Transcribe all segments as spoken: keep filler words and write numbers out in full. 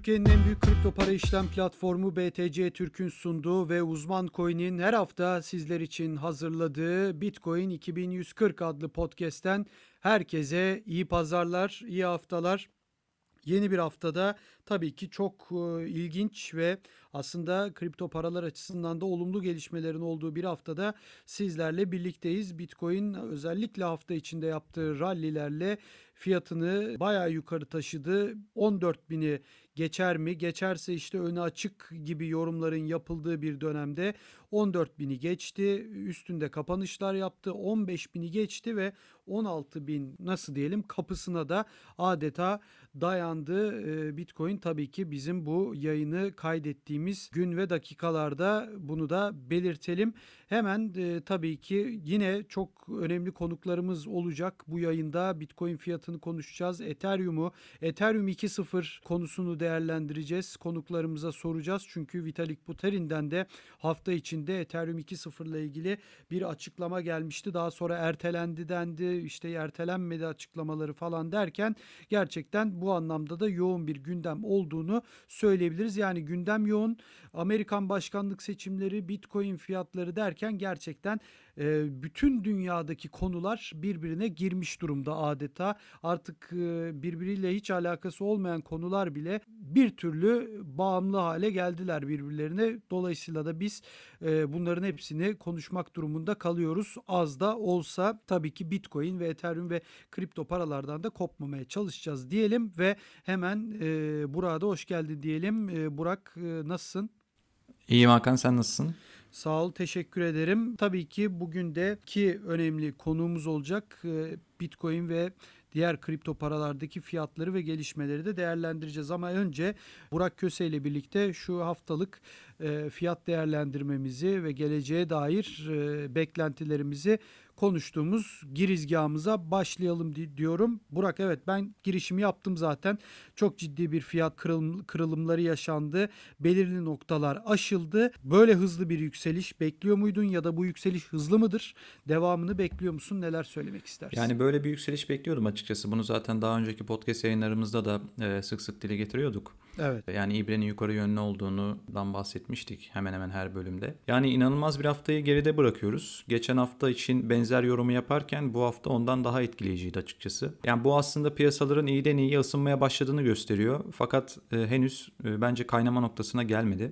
Türkiye'nin en büyük kripto para işlem platformu B T C Türk'ün sunduğu ve Uzman Coin'in her hafta sizler için hazırladığı Bitcoin iki bin yüz kırk adlı podcast'ten herkese iyi pazarlar, iyi haftalar. Yeni bir haftada tabii ki çok e, ilginç ve aslında kripto paralar açısından da olumlu gelişmelerin olduğu bir haftada sizlerle birlikteyiz. Bitcoin özellikle hafta içinde yaptığı rallilerle fiyatını bayağı yukarı taşıdı. on dört bini geçer mi? Geçerse işte önü açık gibi yorumların yapıldığı bir dönemde on dört bini geçti. Üstünde kapanışlar yaptı. on beş bini geçti ve on altı bin nasıl diyelim kapısına da adeta dayandı. Ee, Bitcoin tabii ki bizim bu yayını kaydettiğimiz gün ve dakikalarda bunu da belirtelim. Hemen e, tabii ki yine çok önemli konuklarımız olacak. Bu yayında Bitcoin fiyatını konuşacağız. Ethereum'u, Ethereum iki nokta sıfır konusunu değerlendireceğiz. Konuklarımıza soracağız. Çünkü Vitalik Buterin'den de hafta içinde Ethereum iki nokta sıfır ile ilgili bir açıklama gelmişti. Daha sonra ertelendi dendi. İşte ertelenmedi açıklamaları falan derken gerçekten bu anlamda da yoğun bir gündem olduğunu söyleyebiliriz. Yani gündem yoğun. Amerikan başkanlık seçimleri, Bitcoin fiyatları derken gerçekten e, bütün dünyadaki konular birbirine girmiş durumda adeta. Artık e, birbiriyle hiç alakası olmayan konular bile bir türlü bağımlı hale geldiler birbirlerine. Dolayısıyla da biz e, bunların hepsini konuşmak durumunda kalıyoruz. Az da olsa tabii ki Bitcoin ve Ethereum ve kripto paralardan da kopmamaya çalışacağız diyelim ve hemen e, Burak'a hoş geldin diyelim. E, Burak e, nasılsın? İyiyim Hakan, sen nasılsın? Sağ ol, teşekkür ederim. Tabii ki bugün de iki önemli konuğumuz olacak. E, Bitcoin ve diğer kripto paralardaki fiyatları ve gelişmeleri de değerlendireceğiz. Ama önce Burak Köse ile birlikte şu haftalık e, fiyat değerlendirmemizi ve geleceğe dair e, beklentilerimizi konuştuğumuz girizgahımıza başlayalım di- diyorum. Burak, evet, ben girişimi yaptım zaten. Çok ciddi bir fiyat kırılım, kırılımları yaşandı. Belirli noktalar aşıldı. Böyle hızlı bir yükseliş bekliyor muydun ya da bu yükseliş hızlı mıdır? Devamını bekliyor musun? Neler söylemek istersin? Yani böyle bir yükseliş bekliyordum açıkçası. Bunu zaten daha önceki podcast yayınlarımızda da e, sık sık dile getiriyorduk. Evet. Yani ibrenin yukarı yönlü olduğundan bahsetmiştik hemen hemen her bölümde. Yani inanılmaz bir haftayı geride bırakıyoruz. Geçen hafta için benzer yorumu yaparken bu hafta ondan daha etkileyiciydi açıkçası. Yani bu aslında piyasaların iyiden iyiye ısınmaya başladığını gösteriyor. Fakat e, henüz e, bence kaynama noktasına gelmedi.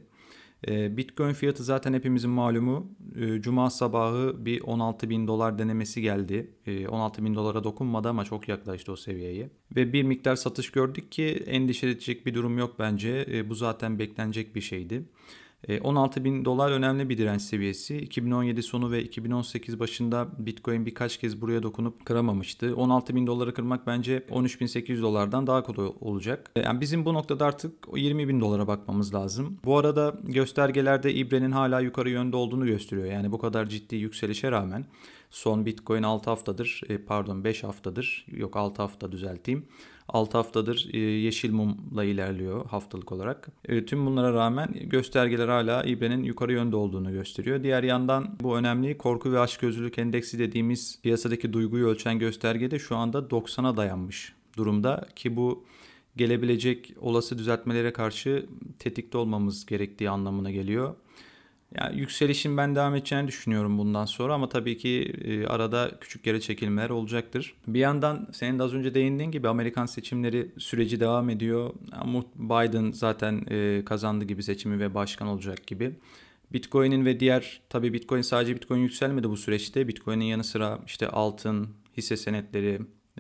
Bitcoin fiyatı zaten hepimizin malumu. Cuma sabahı bir on altı bin dolar denemesi geldi. on altı bin dolara dokunmadı ama çok yaklaştı o seviyeye. Ve bir miktar satış gördük ki endişe edecek bir durum yok bence. Bu zaten beklenecek bir şeydi. on altı bin dolar önemli bir direnç seviyesi. iki bin on yedi sonu ve iki bin on sekiz başında Bitcoin birkaç kez buraya dokunup kıramamıştı. on altı bin doları kırmak bence on üç bin sekiz yüz dolardan daha kolay olacak. Yani bizim bu noktada artık yirmi bin dolara bakmamız lazım. Bu arada göstergelerde ibrenin hala yukarı yönde olduğunu gösteriyor. Yani bu kadar ciddi yükselişe rağmen son Bitcoin altı haftadır, pardon beş haftadır, yok altı hafta düzelteyim. altı haftadır yeşil mumla ilerliyor haftalık olarak. Tüm bunlara rağmen göstergeler hala ibrenin yukarı yönde olduğunu gösteriyor. Diğer yandan bu önemli korku ve açgözlülük endeksi dediğimiz piyasadaki duyguyu ölçen gösterge de şu anda doksana dayanmış durumda ki bu gelebilecek olası düzeltmelere karşı tetikte olmamız gerektiği anlamına geliyor. Yani yükselişin ben devam edeceğini düşünüyorum bundan sonra ama tabii ki e, arada küçük geri çekilmeler olacaktır. Bir yandan senin de az önce değindiğin gibi Amerikan seçimleri süreci devam ediyor. Ama Biden zaten e, kazandı gibi seçimi ve başkan olacak gibi. Bitcoin'in ve diğer tabii Bitcoin sadece Bitcoin yükselmedi bu süreçte. Bitcoin'in yanı sıra işte altın, hisse senetleri,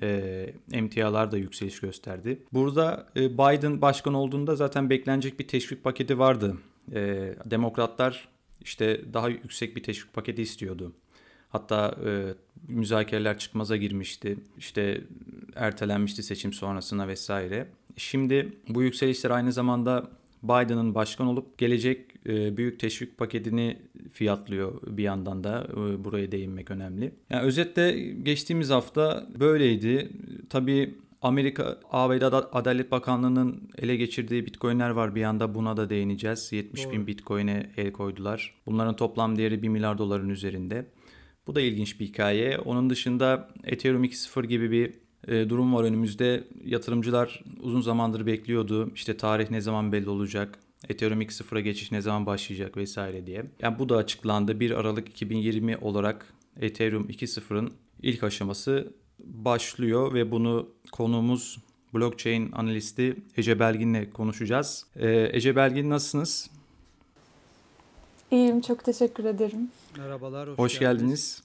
E, emtialar da yükseliş gösterdi. Burada e, Biden başkan olduğunda zaten beklenecek bir teşvik paketi vardı. E, Demokratlar işte daha yüksek bir teşvik paketi istiyordu. Hatta e, müzakereler çıkmaza girmişti. İşte ertelenmişti seçim sonrasına vesaire. Şimdi bu yükselişler aynı zamanda Biden'ın başkan olup gelecek e, büyük teşvik paketini fiyatlıyor bir yandan da. E, buraya değinmek önemli. Yani özetle geçtiğimiz hafta böyleydi. Tabii Amerika A B D Adalet Bakanlığı'nın ele geçirdiği Bitcoin'ler var. Bir yanda buna da değineceğiz. yetmiş Doğru. bin Bitcoin'e el koydular. Bunların toplam değeri bir milyar doların üzerinde. Bu da ilginç bir hikaye. Onun dışında Ethereum iki nokta sıfır gibi bir e, durum var önümüzde. Yatırımcılar uzun zamandır bekliyordu. İşte tarih ne zaman belli olacak? Ethereum iki nokta sıfıra geçiş ne zaman başlayacak vesaire diye. Yani bu da açıklandı. bir Aralık iki bin yirmi olarak Ethereum iki nokta sıfırın ilk aşaması başlıyor ve bunu konuğumuz blockchain analisti Ece Belgin'le konuşacağız. Ee, Ece Belgin, nasılsınız? İyiyim, çok teşekkür ederim. Merhabalar, hoş, Hoş geldiniz. geldiniz.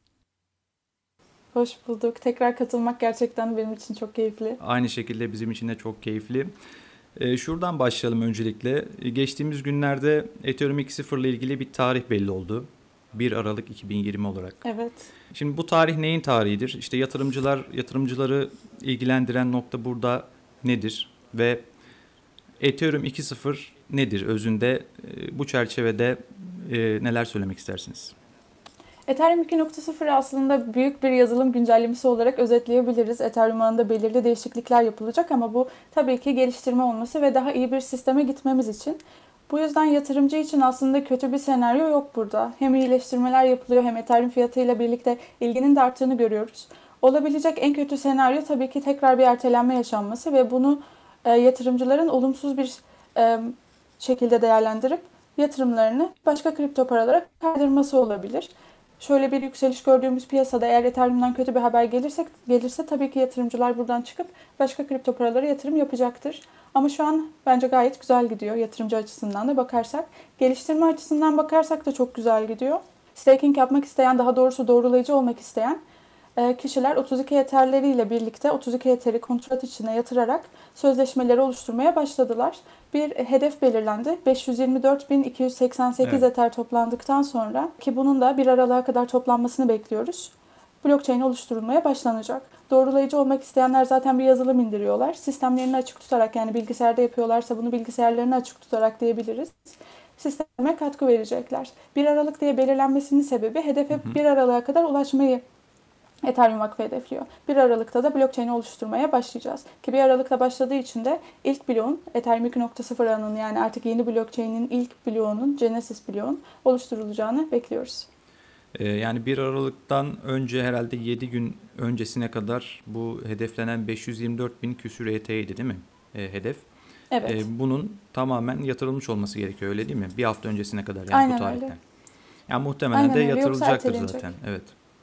Hoş bulduk. Tekrar katılmak gerçekten benim için çok keyifli. Aynı şekilde bizim için de çok keyifli. Ee, şuradan başlayalım öncelikle. Ee, geçtiğimiz günlerde Ethereum iki nokta sıfır ile ilgili bir tarih belli oldu. bir Aralık iki bin yirmi olarak. Evet. Şimdi bu tarih neyin tarihidir? İşte yatırımcılar, yatırımcıları ilgilendiren nokta burada nedir? Ve Ethereum iki nokta sıfır nedir özünde? Ee, bu çerçevede e, neler söylemek istersiniz? Ethereum iki nokta sıfırı aslında büyük bir yazılım güncellemesi olarak özetleyebiliriz. Ethereum ağında belirli değişiklikler yapılacak ama bu tabii ki geliştirme olması ve daha iyi bir sisteme gitmemiz için. Bu yüzden yatırımcı için aslında kötü bir senaryo yok burada. Hem iyileştirmeler yapılıyor hem Ethereum fiyatıyla birlikte ilginin de arttığını görüyoruz. Olabilecek en kötü senaryo tabii ki tekrar bir ertelenme yaşanması ve bunu e, yatırımcıların olumsuz bir e, şekilde değerlendirip yatırımlarını başka kripto paralara kaydırması olabilir. Şöyle bir yükseliş gördüğümüz piyasada eğer Ethereum'dan kötü bir haber gelirse, gelirse tabii ki yatırımcılar buradan çıkıp başka kripto paralara yatırım yapacaktır. Ama şu an bence gayet güzel gidiyor yatırımcı açısından da bakarsak. Geliştirme açısından bakarsak da çok güzel gidiyor. Staking yapmak isteyen, daha doğrusu doğrulayıcı olmak isteyen kişiler otuz iki Ether'leriyle birlikte otuz iki Ether'i kontrat içine yatırarak sözleşmeleri oluşturmaya başladılar. Bir hedef belirlendi. beş yüz yirmi dört bin iki yüz seksen sekiz Evet. Ether toplandıktan sonra, ki bunun da bir Aralık'a kadar toplanmasını bekliyoruz, blockchain oluşturulmaya başlanacak. Doğrulayıcı olmak isteyenler zaten bir yazılım indiriyorlar. Sistemlerini açık tutarak, yani bilgisayarda yapıyorlarsa bunu bilgisayarlarını açık tutarak diyebiliriz, sisteme katkı verecekler. bir Aralık diye belirlenmesinin sebebi hedefe bir Aralık'a kadar ulaşmayı Ethereum Vakfı hedefliyor. bir Aralık'ta da blockchain'i oluşturmaya başlayacağız. Ki bir Aralık'ta başladığı için de ilk bloğun, Ethereum iki nokta sıfır ağının, yani artık yeni blockchain'in ilk bloğunun, Genesis bloğun oluşturulacağını bekliyoruz. Ee, yani bir Aralık'tan önce herhalde yedi gün öncesine kadar bu hedeflenen beş yüz yirmi dört bin küsür E T H'ydi değil mi? E, hedef. Evet. E, bunun tamamen yatırılmış olması gerekiyor, öyle değil mi? Bir hafta öncesine kadar, yani Aynen bu tarihten. öyle. Yani muhtemelen Aynen de öyle, yoksa yatırılacaktır ertelenecek. zaten. Evet.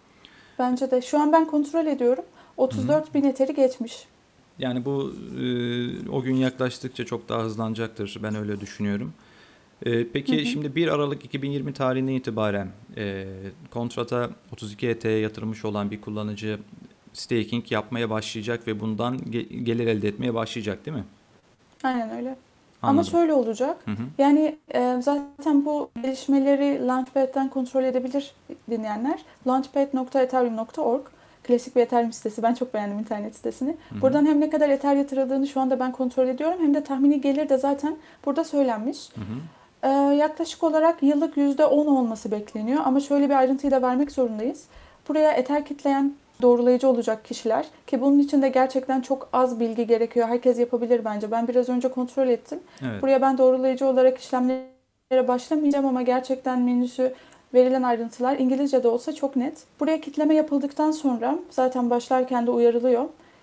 Bence de. Şu an ben kontrol ediyorum. otuz dört bin Ether'i geçmiş. Yani bu e, o gün yaklaştıkça çok daha hızlanacaktır. Ben öyle düşünüyorum. E, peki Hı hı. şimdi bir Aralık iki bin yirmi tarihinden itibaren e, kontrata otuz iki E T'ye yatırmış olan bir kullanıcı staking yapmaya başlayacak ve bundan ge- gelir elde etmeye başlayacak, değil mi? Aynen öyle. Ama Anladım. şöyle olacak. Hı hı. Yani e, zaten bu gelişmeleri Launchpad'den kontrol edebilir dinleyenler. launchpad nokta ethereum nokta org klasik bir Ethereum sitesi. Ben çok beğendim internet sitesini. Hı hı. Buradan hem ne kadar Ether yatırıldığını şu anda ben kontrol ediyorum, hem de tahmini gelir de zaten burada söylenmiş. Hı hı. Ee, yaklaşık olarak yıllık yüzde on olması bekleniyor. Ama şöyle bir ayrıntıyı da vermek zorundayız. Buraya Ether kitleyen doğrulayıcı olacak kişiler, ki bunun için de gerçekten çok az bilgi gerekiyor. Herkes yapabilir bence. Ben biraz önce kontrol ettim. Evet. Buraya ben doğrulayıcı olarak işlemlere başlamayacağım ama gerçekten menüsü, verilen ayrıntılar İngilizce de olsa çok net. Buraya kitleme yapıldıktan sonra zaten başlarken de uyarılıyor.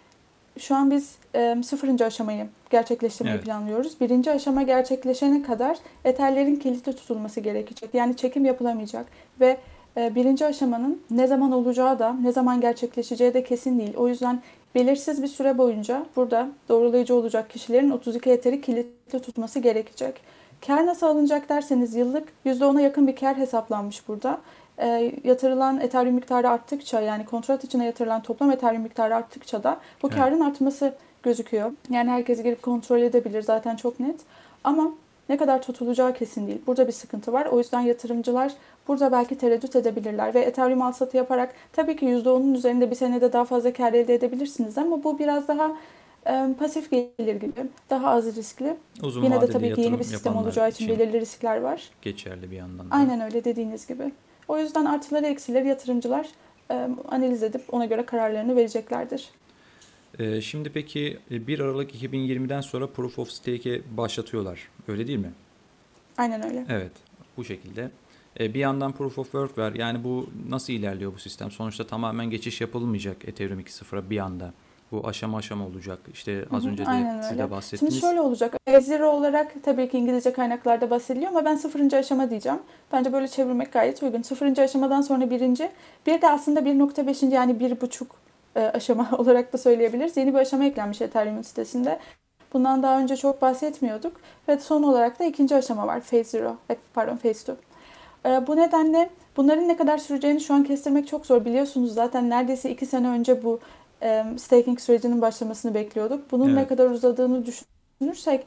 Şu an biz e, sıfırıncı aşamayı gerçekleştirmeyi Evet. planlıyoruz. Birinci aşama gerçekleşene kadar Ether'lerin kilitli tutulması gerekecek. Yani çekim yapılamayacak ve e, birinci aşamanın ne zaman olacağı da, ne zaman gerçekleşeceği de kesin değil. O yüzden belirsiz bir süre boyunca burada doğrulayıcı olacak kişilerin otuz iki Ether'i kilitli tutması gerekecek. Kar nasıl alınacak derseniz, yıllık yüzde ona yakın bir kar hesaplanmış burada. E, yatırılan Ethereum miktarı arttıkça, yani kontrat içine yatırılan toplam Ethereum miktarı arttıkça da bu Evet. karın artması gözüküyor. Yani herkes girip kontrol edebilir, zaten çok net. Ama ne kadar tutulacağı kesin değil. Burada bir sıkıntı var. O yüzden yatırımcılar burada belki tereddüt edebilirler ve Ethereum al satı yaparak tabii ki yüzde onun üzerinde bir senede daha fazla kar elde edebilirsiniz ama bu biraz daha e, pasif gelir gibi, daha az riskli. Uzun Yine de vadeli tabii ki yeni yatırım bir sistem yapanlar olacağı için için belirli riskler var. geçerli bir yandan da. Aynen öyle, dediğiniz gibi. O yüzden artıları eksileri yatırımcılar e, analiz edip ona göre kararlarını vereceklerdir. Ee, şimdi peki e, bir Aralık iki bin yirmiden sonra Proof of Stake'e başlatıyorlar. Öyle değil mi? Aynen öyle. Evet. Bu şekilde. Ee, bir yandan Proof of Work var. Yani bu nasıl ilerliyor bu sistem? Sonuçta tamamen geçiş yapılmayacak Ethereum iki nokta sıfıra bir anda. Bu aşama aşama olacak. İşte az Hı hı, önce de aynen siz öyle. de Şimdi bahsettiniz. şöyle olacak. E zero olarak tabii ki İngilizce kaynaklarda bahsediliyor ama ben sıfırıncı aşama diyeceğim. Bence böyle çevirmek gayet uygun. Sıfırıncı aşamadan sonra birinci. Bir de aslında bir nokta beşinci yani bir buçuk e, aşama olarak da söyleyebiliriz. Yeni bir aşama eklenmiş Ethereum sitesinde. Bundan daha önce çok bahsetmiyorduk. Ve son olarak da ikinci aşama var. Phase zero. E, Pardon, Phase two. E, Bu nedenle bunların ne kadar süreceğini şu an kestirmek çok zor. Biliyorsunuz zaten neredeyse iki sene önce bu e, staking sürecinin başlamasını bekliyorduk. Bunun Evet. ne kadar uzadığını düşünürsek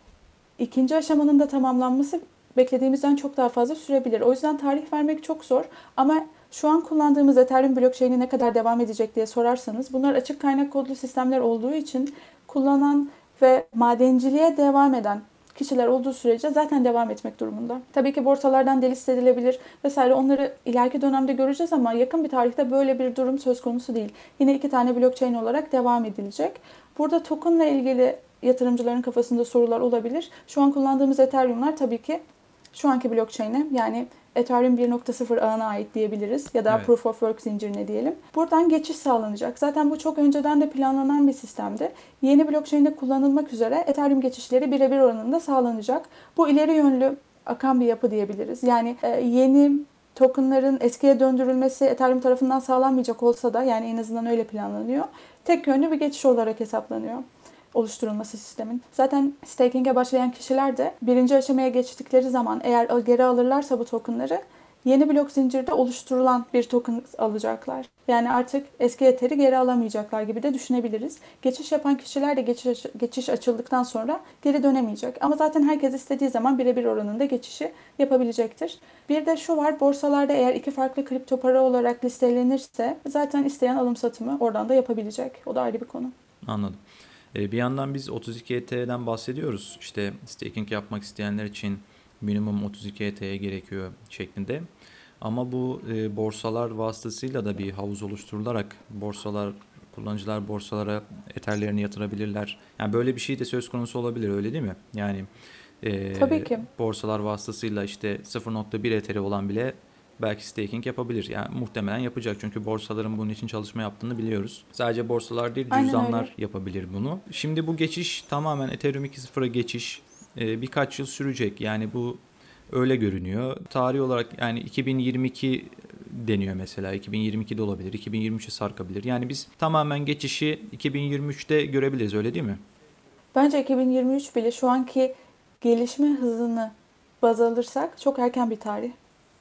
ikinci aşamanın da tamamlanması beklediğimizden çok daha fazla sürebilir. O yüzden tarih vermek çok zor. Ama şu an kullandığımız Ethereum blockchain'i ne kadar devam edecek diye sorarsanız bunlar açık kaynak kodlu sistemler olduğu için kullanan ve madenciliğe devam eden kişiler olduğu sürece zaten devam etmek durumunda. Tabii ki borsalardan delist edilebilir vesaire, onları ileriki dönemde göreceğiz ama yakın bir tarihte böyle bir durum söz konusu değil. Yine iki tane blockchain olarak devam edilecek. Burada token'la ilgili yatırımcıların kafasında sorular olabilir. Şu an kullandığımız Ethereum'lar tabii ki şu anki blockchain'e yani Ethereum bir nokta sıfır ağına ait diyebiliriz ya da Evet. Proof of Work zincirine diyelim. Buradan geçiş sağlanacak. Zaten bu çok önceden de planlanan bir sistemdi. Yeni blockchain'de kullanılmak üzere Ethereum geçişleri birebir oranında sağlanacak. Bu ileri yönlü akan bir yapı diyebiliriz. Yani e, yeni tokenların eskiye döndürülmesi Ethereum tarafından sağlanmayacak olsa da yani en azından öyle planlanıyor. Tek yönlü bir geçiş olarak hesaplanıyor oluşturulması sistemin. Zaten staking'e başlayan kişiler de birinci aşamaya geçtikleri zaman eğer geri alırlarsa bu tokenları yeni blok zincirde oluşturulan bir token alacaklar. Yani artık eski Ether'i geri alamayacaklar gibi de düşünebiliriz. Geçiş yapan kişiler de geçiş, geçiş açıldıktan sonra geri dönemeyecek. Ama zaten herkes istediği zaman birebir oranında geçişi yapabilecektir. Bir de şu var, borsalarda eğer iki farklı kripto para olarak listelenirse zaten isteyen alım satımı oradan da yapabilecek. O da ayrı bir konu. Anladım. Ee, bir yandan biz otuz iki E T H'den bahsediyoruz. İşte staking yapmak isteyenler için minimum otuz iki E T H gerekiyor şeklinde. Ama bu e, borsalar vasıtasıyla da bir havuz oluşturularak borsalar, kullanıcılar borsalara Ether'lerini yatırabilirler. Yani böyle bir şey de söz konusu olabilir, öyle değil mi? Yani e, Tabii ki. borsalar vasıtasıyla işte sıfır nokta bir Ether'i olan bile belki staking yapabilir. Yani muhtemelen yapacak çünkü borsaların bunun için çalışma yaptığını biliyoruz. Sadece borsalar değil, Aynen cüzdanlar öyle. yapabilir bunu. Şimdi bu geçiş tamamen Ethereum iki nokta sıfıra geçiş e, birkaç yıl sürecek. Yani bu öyle görünüyor. Tarih olarak yani iki bin yirmi iki deniyor mesela. iki bin yirmi ikide olabilir, iki bin yirmi üçe sarkabilir. Yani biz tamamen geçişi iki bin yirmi üçte görebiliriz, öyle değil mi? Bence iki bin yirmi üç bile şu anki gelişme hızını baz alırsak çok erken bir tarih.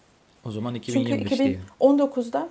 O zaman Çünkü iki bin yirmi beş diyelim. iki bin on dokuzda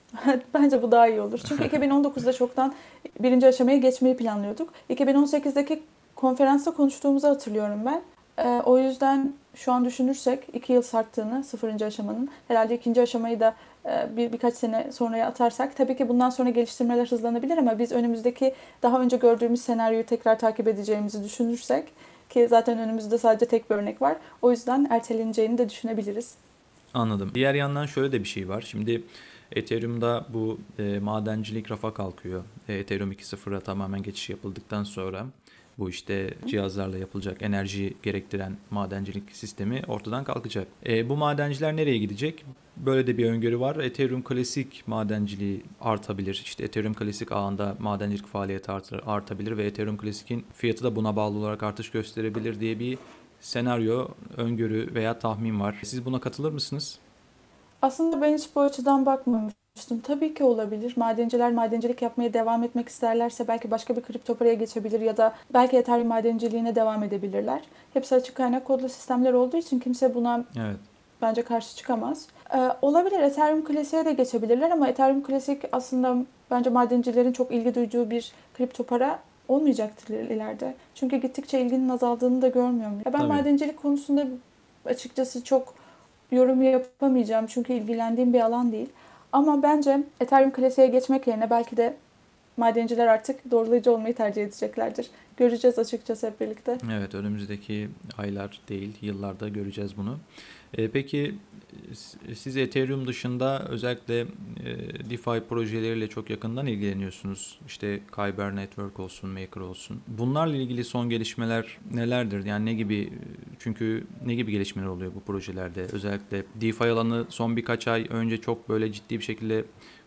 bence bu daha iyi olur. Çünkü iki bin on dokuzda çoktan birinci aşamaya geçmeyi planlıyorduk. iki bin on sekizdeki konferansta konuştuğumuzu hatırlıyorum ben. Ee, o yüzden şu an düşünürsek iki yıl sarktığını sıfırıncı aşamanın herhalde ikinci aşamayı da e, bir birkaç sene sonraya atarsak tabii ki bundan sonra geliştirmeler hızlanabilir ama biz önümüzdeki daha önce gördüğümüz senaryoyu tekrar takip edeceğimizi düşünürsek ki zaten önümüzde sadece tek bir örnek var. O yüzden erteleneceğini de düşünebiliriz. Anladım. Diğer yandan şöyle de bir şey var. Şimdi Ethereum'da bu e, madencilik rafa kalkıyor. E, Ethereum iki nokta sıfıra tamamen geçiş yapıldıktan sonra bu işte cihazlarla yapılacak enerji gerektiren madencilik sistemi ortadan kalkacak. E, bu madenciler nereye gidecek? Böyle de bir öngörü var. Ethereum klasik madenciliği artabilir. İşte Ethereum klasik ağında madencilik faaliyeti artır, artabilir ve Ethereum klasik'in fiyatı da buna bağlı olarak artış gösterebilir diye bir senaryo, öngörü veya tahmin var. Siz buna katılır mısınız? Aslında ben hiç bu açıdan bakmamıştım. Tabii ki olabilir. Madenciler madencilik yapmaya devam etmek isterlerse belki başka bir kripto paraya geçebilir ya da belki Ethereum madenciliğine devam edebilirler. Hepsi açık kaynak kodlu sistemler olduğu için kimse buna Evet. bence karşı çıkamaz. Ee, olabilir, Ethereum Classic'e de geçebilirler ama Ethereum Classic aslında bence madencilerin çok ilgi duyduğu bir kripto para olmayacaktır ileride. Çünkü gittikçe ilginin azaldığını da görmüyorum. Ya ben Tabii. madencilik konusunda açıkçası çok yorum yapamayacağım çünkü ilgilendiğim bir alan değil. Ama bence Ethereum Classic'e geçmek yerine belki de madenciler artık doğrulayıcı olmayı tercih edeceklerdir. Göreceğiz açıkçası hep birlikte. Evet, önümüzdeki aylar değil, yıllarda göreceğiz bunu. E, peki siz Ethereum dışında özellikle e, DeFi projeleriyle çok yakından ilgileniyorsunuz. İşte Kyber Network olsun, Maker olsun. Bunlarla ilgili son gelişmeler nelerdir? Yani ne gibi, çünkü ne gibi gelişmeler oluyor bu projelerde? Özellikle DeFi alanı son birkaç ay önce çok böyle ciddi bir şekilde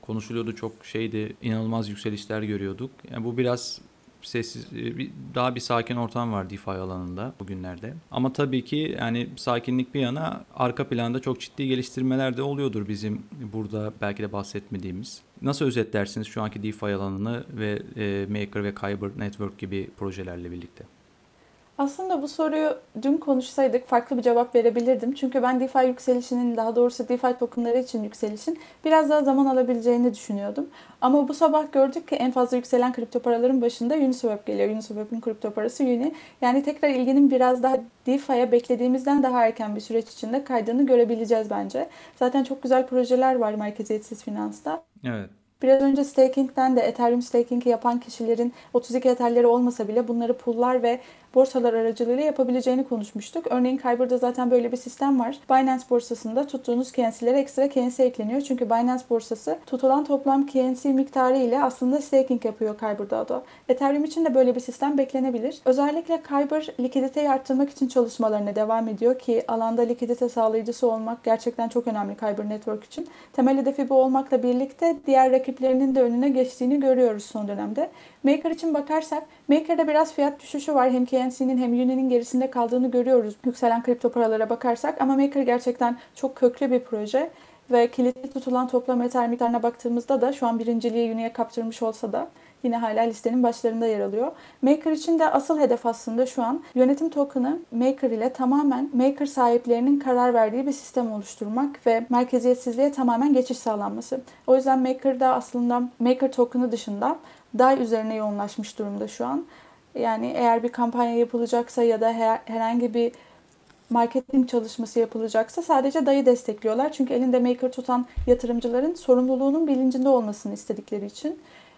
konuşuluyordu, çok şeydi, inanılmaz yükselişler görüyorduk. Yani bu biraz sessiz, daha bir sakin ortam var DeFi alanında bugünlerde. Ama tabii ki yani sakinlik bir yana arka planda çok ciddi geliştirmeler de oluyordur bizim burada belki de bahsetmediğimiz. Nasıl özetlersiniz şu anki DeFi alanını ve e, Maker ve Kyber Network gibi projelerle birlikte? Aslında bu soruyu dün konuşsaydık farklı bir cevap verebilirdim. Çünkü ben DeFi yükselişinin, daha doğrusu DeFi tokenları için yükselişin biraz daha zaman alabileceğini düşünüyordum. Ama bu sabah gördük ki en fazla yükselen kripto paraların başında Uniswap geliyor. Uniswap'ın kripto parası Uni. Yani tekrar ilginin biraz daha DeFi'ye beklediğimizden daha erken bir süreç içinde kaydığını görebileceğiz bence. Zaten çok güzel projeler var merkeziyetsiz finansta. Evet. Biraz önce staking'den de Ethereum staking'i yapan kişilerin otuz iki Ether'leri olmasa bile bunları pool'lar ve borsalar aracılığıyla yapabileceğini konuşmuştuk. Örneğin Kyber'da zaten böyle bir sistem var. Binance borsasında tuttuğunuz K N C'lere ekstra K N C ekleniyor. Çünkü Binance borsası tutulan toplam K N C miktarı ile aslında staking yapıyor Kyber'da da. Ethereum için de böyle bir sistem beklenebilir. Özellikle Kyber likiditeyi arttırmak için çalışmalarına devam ediyor ki alanda likidite sağlayıcısı olmak gerçekten çok önemli Kyber Network için. Temel hedefi bu olmakla birlikte diğer rakiplerinin de önüne geçtiğini görüyoruz son dönemde. Maker için bakarsak, Maker'da biraz fiyat düşüşü var. Hem K N C'nin hem Uni'nin gerisinde kaldığını görüyoruz yükselen kripto paralara bakarsak. Ama Maker gerçekten çok köklü bir proje. Ve kilitli tutulan toplam Ether miktarına baktığımızda da şu an birinciliği Uni'ye kaptırmış olsa da yine hala listenin başlarında yer alıyor. Maker için de asıl hedef aslında şu an yönetim token'ı Maker ile tamamen Maker sahiplerinin karar verdiği bir sistem oluşturmak ve merkeziyetsizliğe tamamen geçiş sağlanması. O yüzden Maker'da aslında Maker token'ı dışında D A I üzerine yoğunlaşmış durumda şu an. Yani eğer bir kampanya yapılacaksa ya da her, herhangi bir marketing çalışması yapılacaksa sadece D A I'yı destekliyorlar. Çünkü elinde Maker tutan yatırımcıların sorumluluğunun bilincinde olmasını istedikleri için.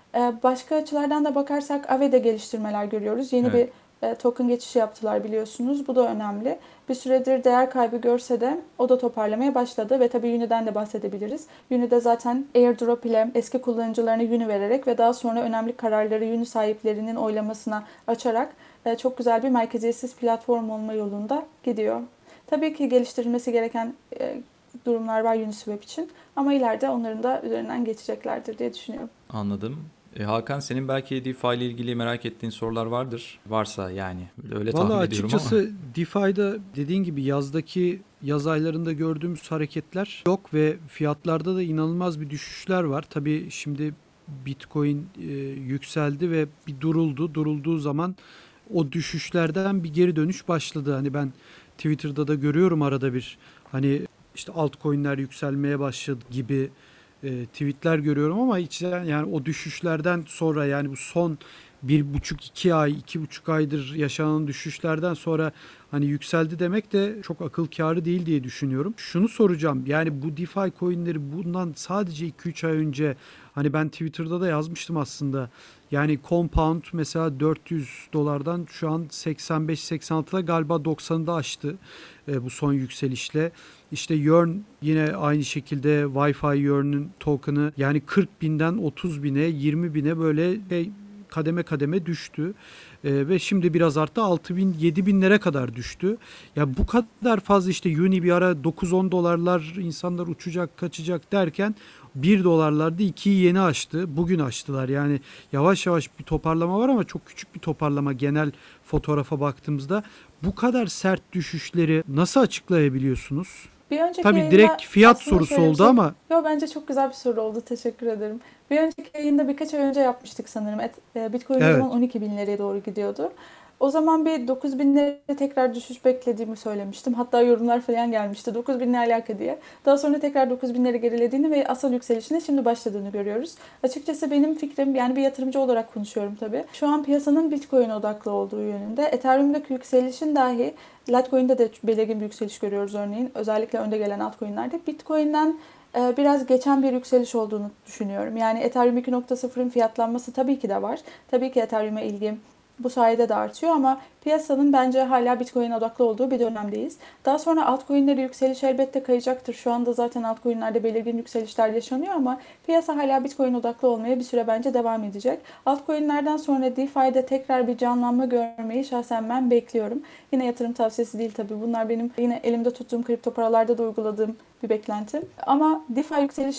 Başka açılardan da bakarsak Aave'de geliştirmeler görüyoruz. Yeni evet. bir token geçişi yaptılar biliyorsunuz. Bu da önemli. Bir süredir değer kaybı görse de o da toparlamaya başladı ve tabii Uni'den de bahsedebiliriz. Uni'de zaten airdrop ile eski kullanıcılarına Uni vererek ve daha sonra önemli kararları Uni sahiplerinin oylamasına açarak çok güzel bir merkeziyetsiz platform olma yolunda gidiyor. Tabii ki geliştirilmesi gereken durumlar var Uniswap için ama ileride onların da üzerinden geçeceklerdir diye düşünüyorum. Anladım. E, Hakan, senin belki DeFi ile ilgili merak ettiğin sorular vardır. Varsa yani. Öyle tahmin Vallahi ediyorum açıkçası ama. DeFi'de dediğin gibi yazdaki yaz aylarında gördüğümüz hareketler yok ve fiyatlarda da inanılmaz bir düşüşler var. Tabii şimdi Bitcoin e, yükseldi ve bir duruldu. Durulduğu zaman o düşüşlerden bir geri dönüş başladı. Hani ben Twitter'da da görüyorum arada bir hani işte altcoin'ler yükselmeye başladı gibi e, tweetler görüyorum ama içten yani o düşüşlerden sonra yani bu son bir buçuk iki ay, iki buçuk aydır yaşanan düşüşlerden sonra hani yükseldi demek de çok akıl kârı değil diye düşünüyorum. Şunu soracağım yani bu DeFi coinleri bundan sadece iki üç ay önce hani ben Twitter'da da yazmıştım aslında. Yani Compound mesela dört yüz dolardan şu an seksen beş seksen altıda galiba doksanı da aştı e, bu son yükselişle. İşte Yearn yine aynı şekilde Wi-Fi Yearn'ın token'ı yani kırk binden otuz bine yirmi bine böyle şey, kademe kademe düştü. Ee, ve şimdi biraz arttı altı bin yedi binlere kadar düştü. Ya bu kadar fazla işte Uni bir ara dokuz on dolarlar insanlar uçacak kaçacak derken bir dolarlarda ikiyi yeni aştı. Bugün aştılar. Yani yavaş yavaş bir toparlama var ama çok küçük bir toparlama genel fotoğrafa baktığımızda. Bu kadar sert düşüşleri nasıl açıklayabiliyorsunuz? Bir önceki Tabii direkt fiyat sorusu oldu şey, ama. Yo, bence çok güzel bir soru oldu. Teşekkür ederim. Bir önceki yayında birkaç ay önce yapmıştık sanırım. Bitcoin evet. o zaman on iki binlere doğru gidiyordu. O zaman bir dokuz binlere tekrar düşüş beklediğimi söylemiştim. Hatta yorumlar falan gelmişti. dokuz bin ne alaka diye. Daha sonra tekrar dokuz binlere gerilediğini ve asıl yükselişine şimdi başladığını görüyoruz. Açıkçası benim fikrim, yani bir yatırımcı olarak konuşuyorum tabii. Şu an piyasanın Bitcoin odaklı olduğu yönünde. Ethereum'daki yükselişin dahi Litecoin'de de belirgin bir yükseliş görüyoruz örneğin. Özellikle önde gelen altcoin'lerde. Bitcoin'den biraz geçen bir yükseliş olduğunu düşünüyorum. Yani Ethereum iki nokta sıfırın fiyatlanması tabii ki de var. Tabii ki Ethereum'a ilgi bu sayede de artıyor ama piyasanın bence hala Bitcoin odaklı olduğu bir dönemdeyiz. Daha sonra altcoin'lere yükseliş elbette kayacaktır. Şu anda zaten altcoin'lerde belirgin yükselişler yaşanıyor ama piyasa hala Bitcoin odaklı olmaya bir süre bence devam edecek. Altcoin'lerden sonra DeFi'de tekrar bir canlanma görmeyi şahsen ben bekliyorum. Yine yatırım tavsiyesi değil tabii. Bunlar benim yine elimde tuttuğum kripto paralarda da uyguladığım bir beklenti. Ama DeFi yükselişini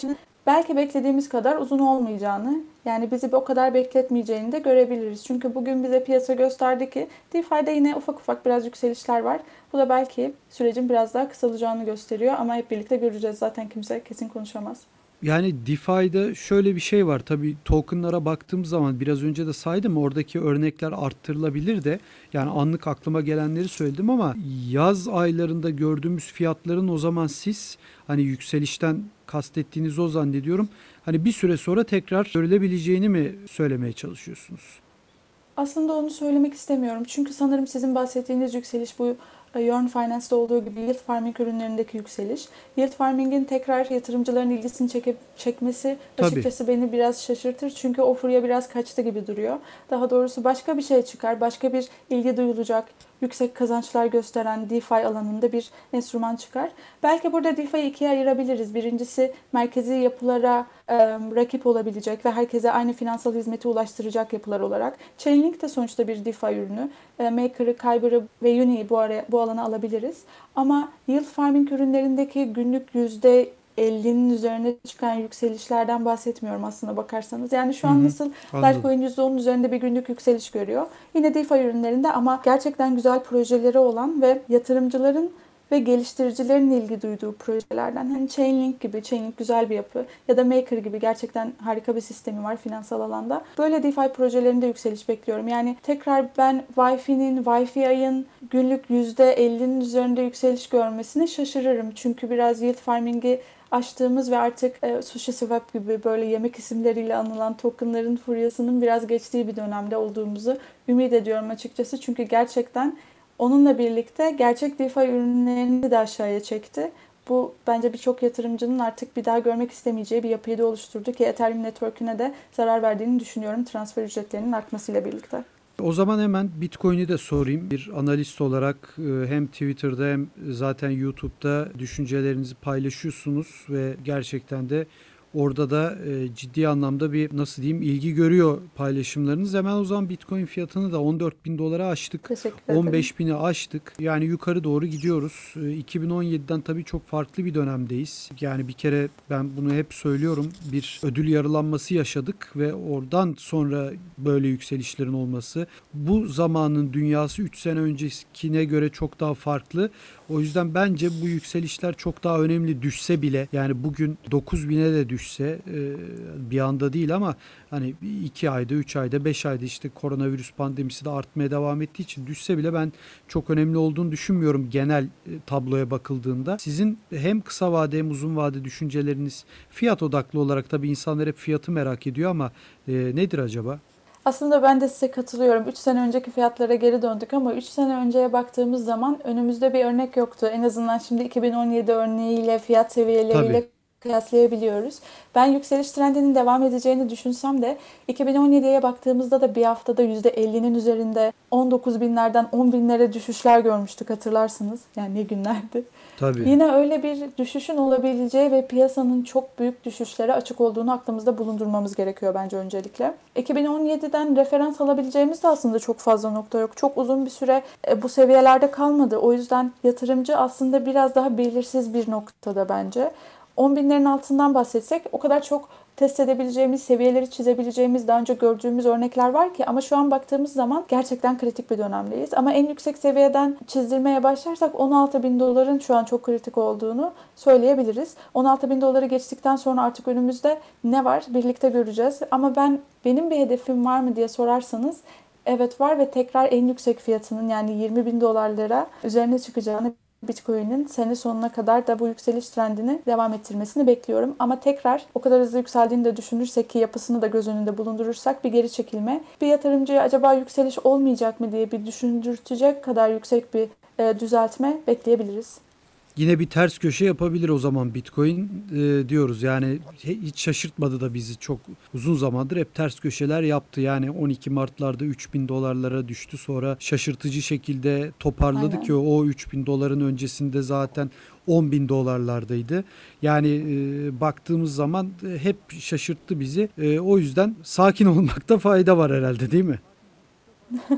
belki beklediğimiz kadar uzun olmayacağını, yani bizi o kadar bekletmeyeceğini de görebiliriz. Çünkü bugün bize piyasa gösterdi ki DeFi'de yine ufak ufak biraz yükselişler var. Bu da belki sürecin biraz daha kısalacağını gösteriyor ama hep birlikte göreceğiz. Zaten kimse kesin konuşamaz. Yani DeFi'de şöyle bir şey var. Tabii tokenlara baktığım zaman biraz önce de saydım. Oradaki örnekler arttırılabilir de. Yani anlık aklıma gelenleri söyledim ama yaz aylarında gördüğümüz fiyatların o zaman siz hani yükselişten kastettiğiniz o zannediyorum. Hani bir süre sonra tekrar görülebileceğini mi söylemeye çalışıyorsunuz? Aslında onu söylemek istemiyorum. Çünkü sanırım sizin bahsettiğiniz yükseliş bu e, Yearn Finance'da olduğu gibi yield farming ürünlerindeki yükseliş. Yield farming'in tekrar yatırımcıların ilgisini çekip çekmesi Tabii. açıkçası beni biraz şaşırtır. Çünkü o furya biraz kaçtı gibi duruyor. Daha doğrusu başka bir şey çıkar, başka bir ilgi duyulacak, yüksek kazançlar gösteren DeFi alanında bir enstrüman çıkar. Belki burada DeFi'yi ikiye ayırabiliriz. Birincisi merkezi yapılara e, rakip olabilecek ve herkese aynı finansal hizmeti ulaştıracak yapılar olarak. Chainlink de sonuçta bir DeFi ürünü. E, Maker'ı, Kyber'ı ve Uni'yi bu, araya, bu alana alabiliriz. Ama yield farming ürünlerindeki günlük yüzde ellinin üzerine çıkan yükselişlerden bahsetmiyorum aslında bakarsanız. Yani şu Hı an hı, nasıl anladım. Litecoin yüzde onun üzerinde bir günlük yükseliş görüyor. Yine DeFi ürünlerinde ama gerçekten güzel projeleri olan ve yatırımcıların ve geliştiricilerin ilgi duyduğu projelerden. Hani Chainlink gibi, Chainlink güzel bir yapı ya da Maker gibi gerçekten harika bir sistemi var finansal alanda. Böyle DeFi projelerinde yükseliş bekliyorum. Yani tekrar ben Wi-Fi'nin, Wi-Fi ayın günlük yüzde ellinin üzerinde yükseliş görmesine şaşırırım. Çünkü biraz yield farming'i açtığımız ve artık e, SushiSwap gibi böyle yemek isimleriyle anılan tokenların furyasının biraz geçtiği bir dönemde olduğumuzu ümit ediyorum açıkçası. Çünkü gerçekten onunla birlikte gerçek DeFi ürünlerini de aşağıya çekti. Bu bence birçok yatırımcının artık bir daha görmek istemeyeceği bir yapıyı da oluşturdu ki Ethereum Network'üne de zarar verdiğini düşünüyorum transfer ücretlerinin artmasıyla birlikte. O zaman hemen Bitcoin'i de sorayım. Bir analist olarak e, hem Twitter'da hem zaten YouTube'da düşüncelerinizi paylaşıyorsunuz ve gerçekten de orada da e, ciddi anlamda bir nasıl diyeyim ilgi görüyor paylaşımlarınız. Hemen o zaman Bitcoin fiyatını da on dört bin dolara aştık. Teşekkür ederim. on beş bini aştık. Yani yukarı doğru gidiyoruz. E, iki bin on yediden tabii çok farklı bir dönemdeyiz. Yani bir kere ben bunu hep söylüyorum. Bir ödül yarılanması yaşadık ve oradan sonra böyle yükselişlerin olması. Bu zamanın dünyası üç sene öncekine göre çok daha farklı. O yüzden bence bu yükselişler çok daha önemli düşse bile yani bugün dokuz bine de düşse bir anda değil ama hani iki ayda, üç ayda, beş ayda işte koronavirüs pandemisi de artmaya devam ettiği için düşse bile ben çok önemli olduğunu düşünmüyorum genel tabloya bakıldığında. Sizin hem kısa vade hem uzun vade düşünceleriniz fiyat odaklı olarak tabii insanlar hep fiyatı merak ediyor ama nedir acaba? Aslında ben de size katılıyorum. üç sene önceki fiyatlara geri döndük ama üç sene önceye baktığımız zaman önümüzde bir örnek yoktu. En azından şimdi iki bin on yedi örneğiyle, fiyat seviyeleriyle Tabii. kıyaslayabiliyoruz. Ben yükseliş trendinin devam edeceğini düşünsem de iki bin on yediye baktığımızda da bir haftada yüzde ellinin üzerinde on dokuz binlerden on binlere düşüşler görmüştük hatırlarsınız. Yani ne günlerdi. Tabii. Yine öyle bir düşüşün olabileceği ve piyasanın çok büyük düşüşlere açık olduğunu aklımızda bulundurmamız gerekiyor bence öncelikle. iki bin on yediden referans alabileceğimiz de aslında çok fazla nokta yok. Çok uzun bir süre bu seviyelerde kalmadı. O yüzden yatırımcı aslında biraz daha belirsiz bir noktada bence. on binlerin altından bahsetsek o kadar çok test edebileceğimiz, seviyeleri çizebileceğimiz, daha önce gördüğümüz örnekler var ki ama şu an baktığımız zaman gerçekten kritik bir dönemdeyiz. Ama en yüksek seviyeden çizdirmeye başlarsak on altı bin doların şu an çok kritik olduğunu söyleyebiliriz. on altı bin doları geçtikten sonra artık önümüzde ne var birlikte göreceğiz. Ama ben benim bir hedefim var mı diye sorarsanız evet var ve tekrar en yüksek fiyatının yani yirmi bin dolarlara üzerine çıkacağını Bitcoin'in sene sonuna kadar da bu yükseliş trendini devam ettirmesini bekliyorum. Ama tekrar o kadar hızlı yükseldiğini de düşünürsek ki yapısını da göz önünde bulundurursak bir geri çekilme. Bir yatırımcıya acaba yükseliş olmayacak mı diye bir düşündürtecek kadar yüksek bir e, düzeltme bekleyebiliriz. Yine bir ters köşe yapabilir o zaman Bitcoin e, diyoruz. Yani hiç şaşırtmadı da bizi çok uzun zamandır hep ters köşeler yaptı. Yani on iki Mart'larda üç bin dolarlara düştü. Sonra şaşırtıcı şekilde toparladı Aynen. ki o üç bin doların öncesinde zaten on bin dolarlardaydı. Yani e, baktığımız zaman e, hep şaşırttı bizi. E, o yüzden sakin olmakta fayda var herhalde değil mi?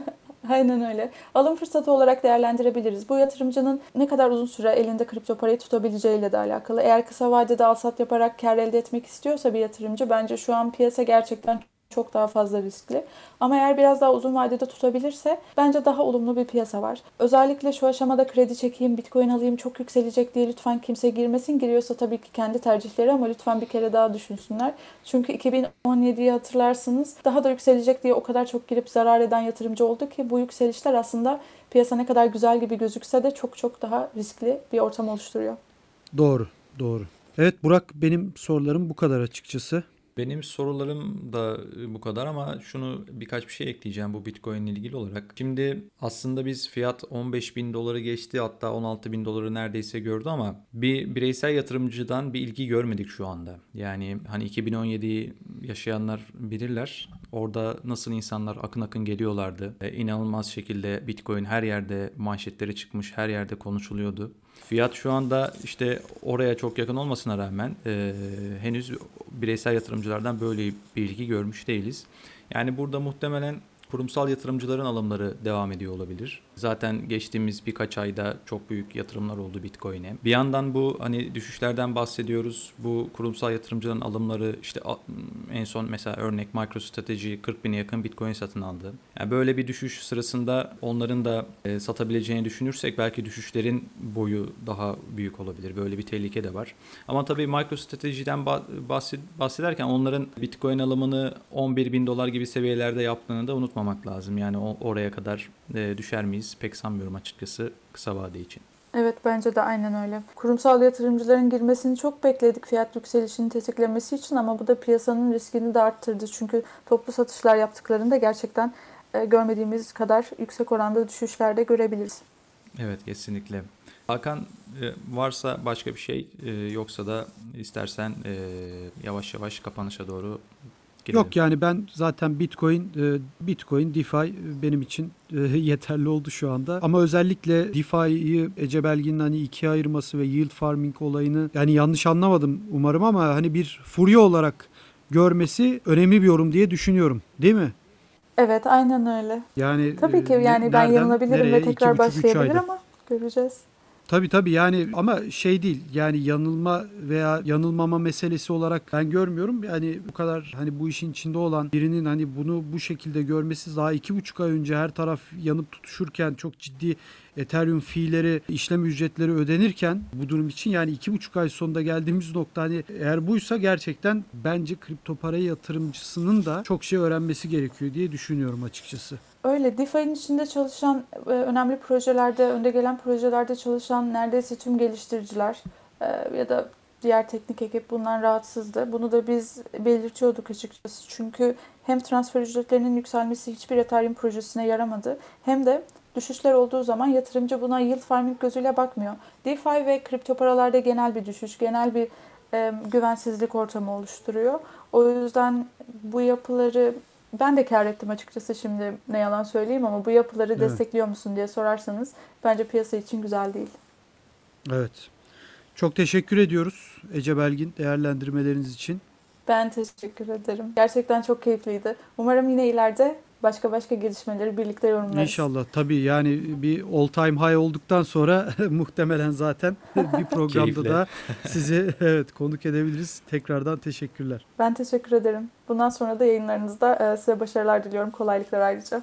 Aynen öyle. Alım fırsatı olarak değerlendirebiliriz. Bu yatırımcının ne kadar uzun süre elinde kripto parayı tutabileceğiyle de alakalı. Eğer kısa vadede al-sat yaparak kar elde etmek istiyorsa bir yatırımcı, bence şu an piyasa gerçekten çok daha fazla riskli. Ama eğer biraz daha uzun vadede tutabilirse bence daha olumlu bir piyasa var. Özellikle şu aşamada kredi çekeyim, Bitcoin alayım, çok yükselecek diye lütfen kimse girmesin. Giriyorsa tabii ki kendi tercihleri, ama lütfen bir kere daha düşünsünler. Çünkü iki bin on yediyi hatırlarsınız. Daha da yükselecek diye o kadar çok girip zarar eden yatırımcı oldu ki bu yükselişler aslında piyasa ne kadar güzel gibi gözükse de çok çok daha riskli bir ortam oluşturuyor. Doğru, doğru. Evet Burak, benim sorularım bu kadar açıkçası. Benim sorularım da bu kadar ama şunu birkaç bir şey ekleyeceğim bu Bitcoin ile ilgili olarak. Şimdi aslında biz fiyat on beş bin doları geçti, hatta on altı bin doları neredeyse gördü ama bir bireysel yatırımcıdan bir ilgi görmedik şu anda. Yani hani iki bin on yediyi yaşayanlar bilirler. Orada nasıl insanlar akın akın geliyorlardı. E, inanılmaz şekilde Bitcoin her yerde manşetleri çıkmış, her yerde konuşuluyordu. Fiyat şu anda işte oraya çok yakın olmasına rağmen e, henüz bireysel yatırımcılardan böyle bir ilgi görmüş değiliz. Yani burada muhtemelen kurumsal yatırımcıların alımları devam ediyor olabilir. Zaten geçtiğimiz birkaç ayda çok büyük yatırımlar oldu Bitcoin'e. Bir yandan bu hani düşüşlerden bahsediyoruz. Bu kurumsal yatırımcıların alımları işte en son mesela örnek MicroStrategy kırk bine yakın Bitcoin satın aldı. Yani böyle bir düşüş sırasında onların da e, satabileceğini düşünürsek belki düşüşlerin boyu daha büyük olabilir. Böyle bir tehlike de var. Ama tabii MicroStrategy'den bahsederken onların Bitcoin alımını on bir bin dolar gibi seviyelerde yaptığını da unutmamak lazım. Yani oraya kadar e, düşer miyiz? Pek sanmıyorum açıkçası kısa vade için. Evet, bence de aynen öyle. Kurumsal yatırımcıların girmesini çok bekledik fiyat yükselişini tetiklemesi için, ama bu da piyasanın riskini de arttırdı. Çünkü toplu satışlar yaptıklarında gerçekten e, görmediğimiz kadar yüksek oranda düşüşler de görebiliriz. Evet, kesinlikle. Hakan, e, varsa başka bir şey e, yoksa da istersen e, yavaş yavaş kapanışa doğru girelim. Yok yani ben zaten Bitcoin, Bitcoin, DeFi benim için yeterli oldu şu anda. Ama özellikle DeFi'yi Ece Belgin'in hani ikiye ayırması ve yield farming olayını, yani yanlış anlamadım umarım ama hani bir furya olarak görmesi önemli bir yorum diye düşünüyorum. Değil mi? Evet, aynen öyle. Yani tabii ki yani ben yanılabilirim ve tekrar başlayabilir ama göreceğiz. Tabii tabii yani ama şey değil, yani yanılma veya yanılmama meselesi olarak ben görmüyorum. Yani bu kadar hani bu işin içinde olan birinin hani bunu bu şekilde görmesi, daha iki buçuk ay önce her taraf yanıp tutuşurken, çok ciddi Ethereum fee'leri, işlem ücretleri ödenirken bu durum için, yani iki buçuk ay sonunda geldiğimiz nokta, hani eğer buysa gerçekten bence kripto para yatırımcısının da çok şey öğrenmesi gerekiyor diye düşünüyorum açıkçası. Öyle, DeFi'nin içinde çalışan, önemli projelerde, önde gelen projelerde çalışan neredeyse tüm geliştiriciler ya da diğer teknik ekip bundan rahatsızdı. Bunu da biz belirtiyorduk açıkçası. Çünkü hem transfer ücretlerinin yükselmesi hiçbir Ethereum projesine yaramadı, hem de düşüşler olduğu zaman yatırımcı buna yield farming gözüyle bakmıyor. DeFi ve kripto paralarda genel bir düşüş, genel bir e, güvensizlik ortamı oluşturuyor. O yüzden bu yapıları ben de kâr ettim açıkçası, şimdi ne yalan söyleyeyim, ama bu yapıları evet. destekliyor musun diye sorarsanız bence piyasa için güzel değil. Evet. Çok teşekkür ediyoruz Ece Belgin değerlendirmeleriniz için. Ben teşekkür ederim. Gerçekten çok keyifliydi. Umarım yine ileride başka başka gelişmeleri birlikte yorumlarız. İnşallah. Tabii yani bir all time high olduktan sonra muhtemelen zaten bir programda da sizi evet konuk edebiliriz. Tekrardan teşekkürler. Ben teşekkür ederim. Bundan sonra da yayınlarınızda size başarılar diliyorum. Kolaylıklar ayrıca.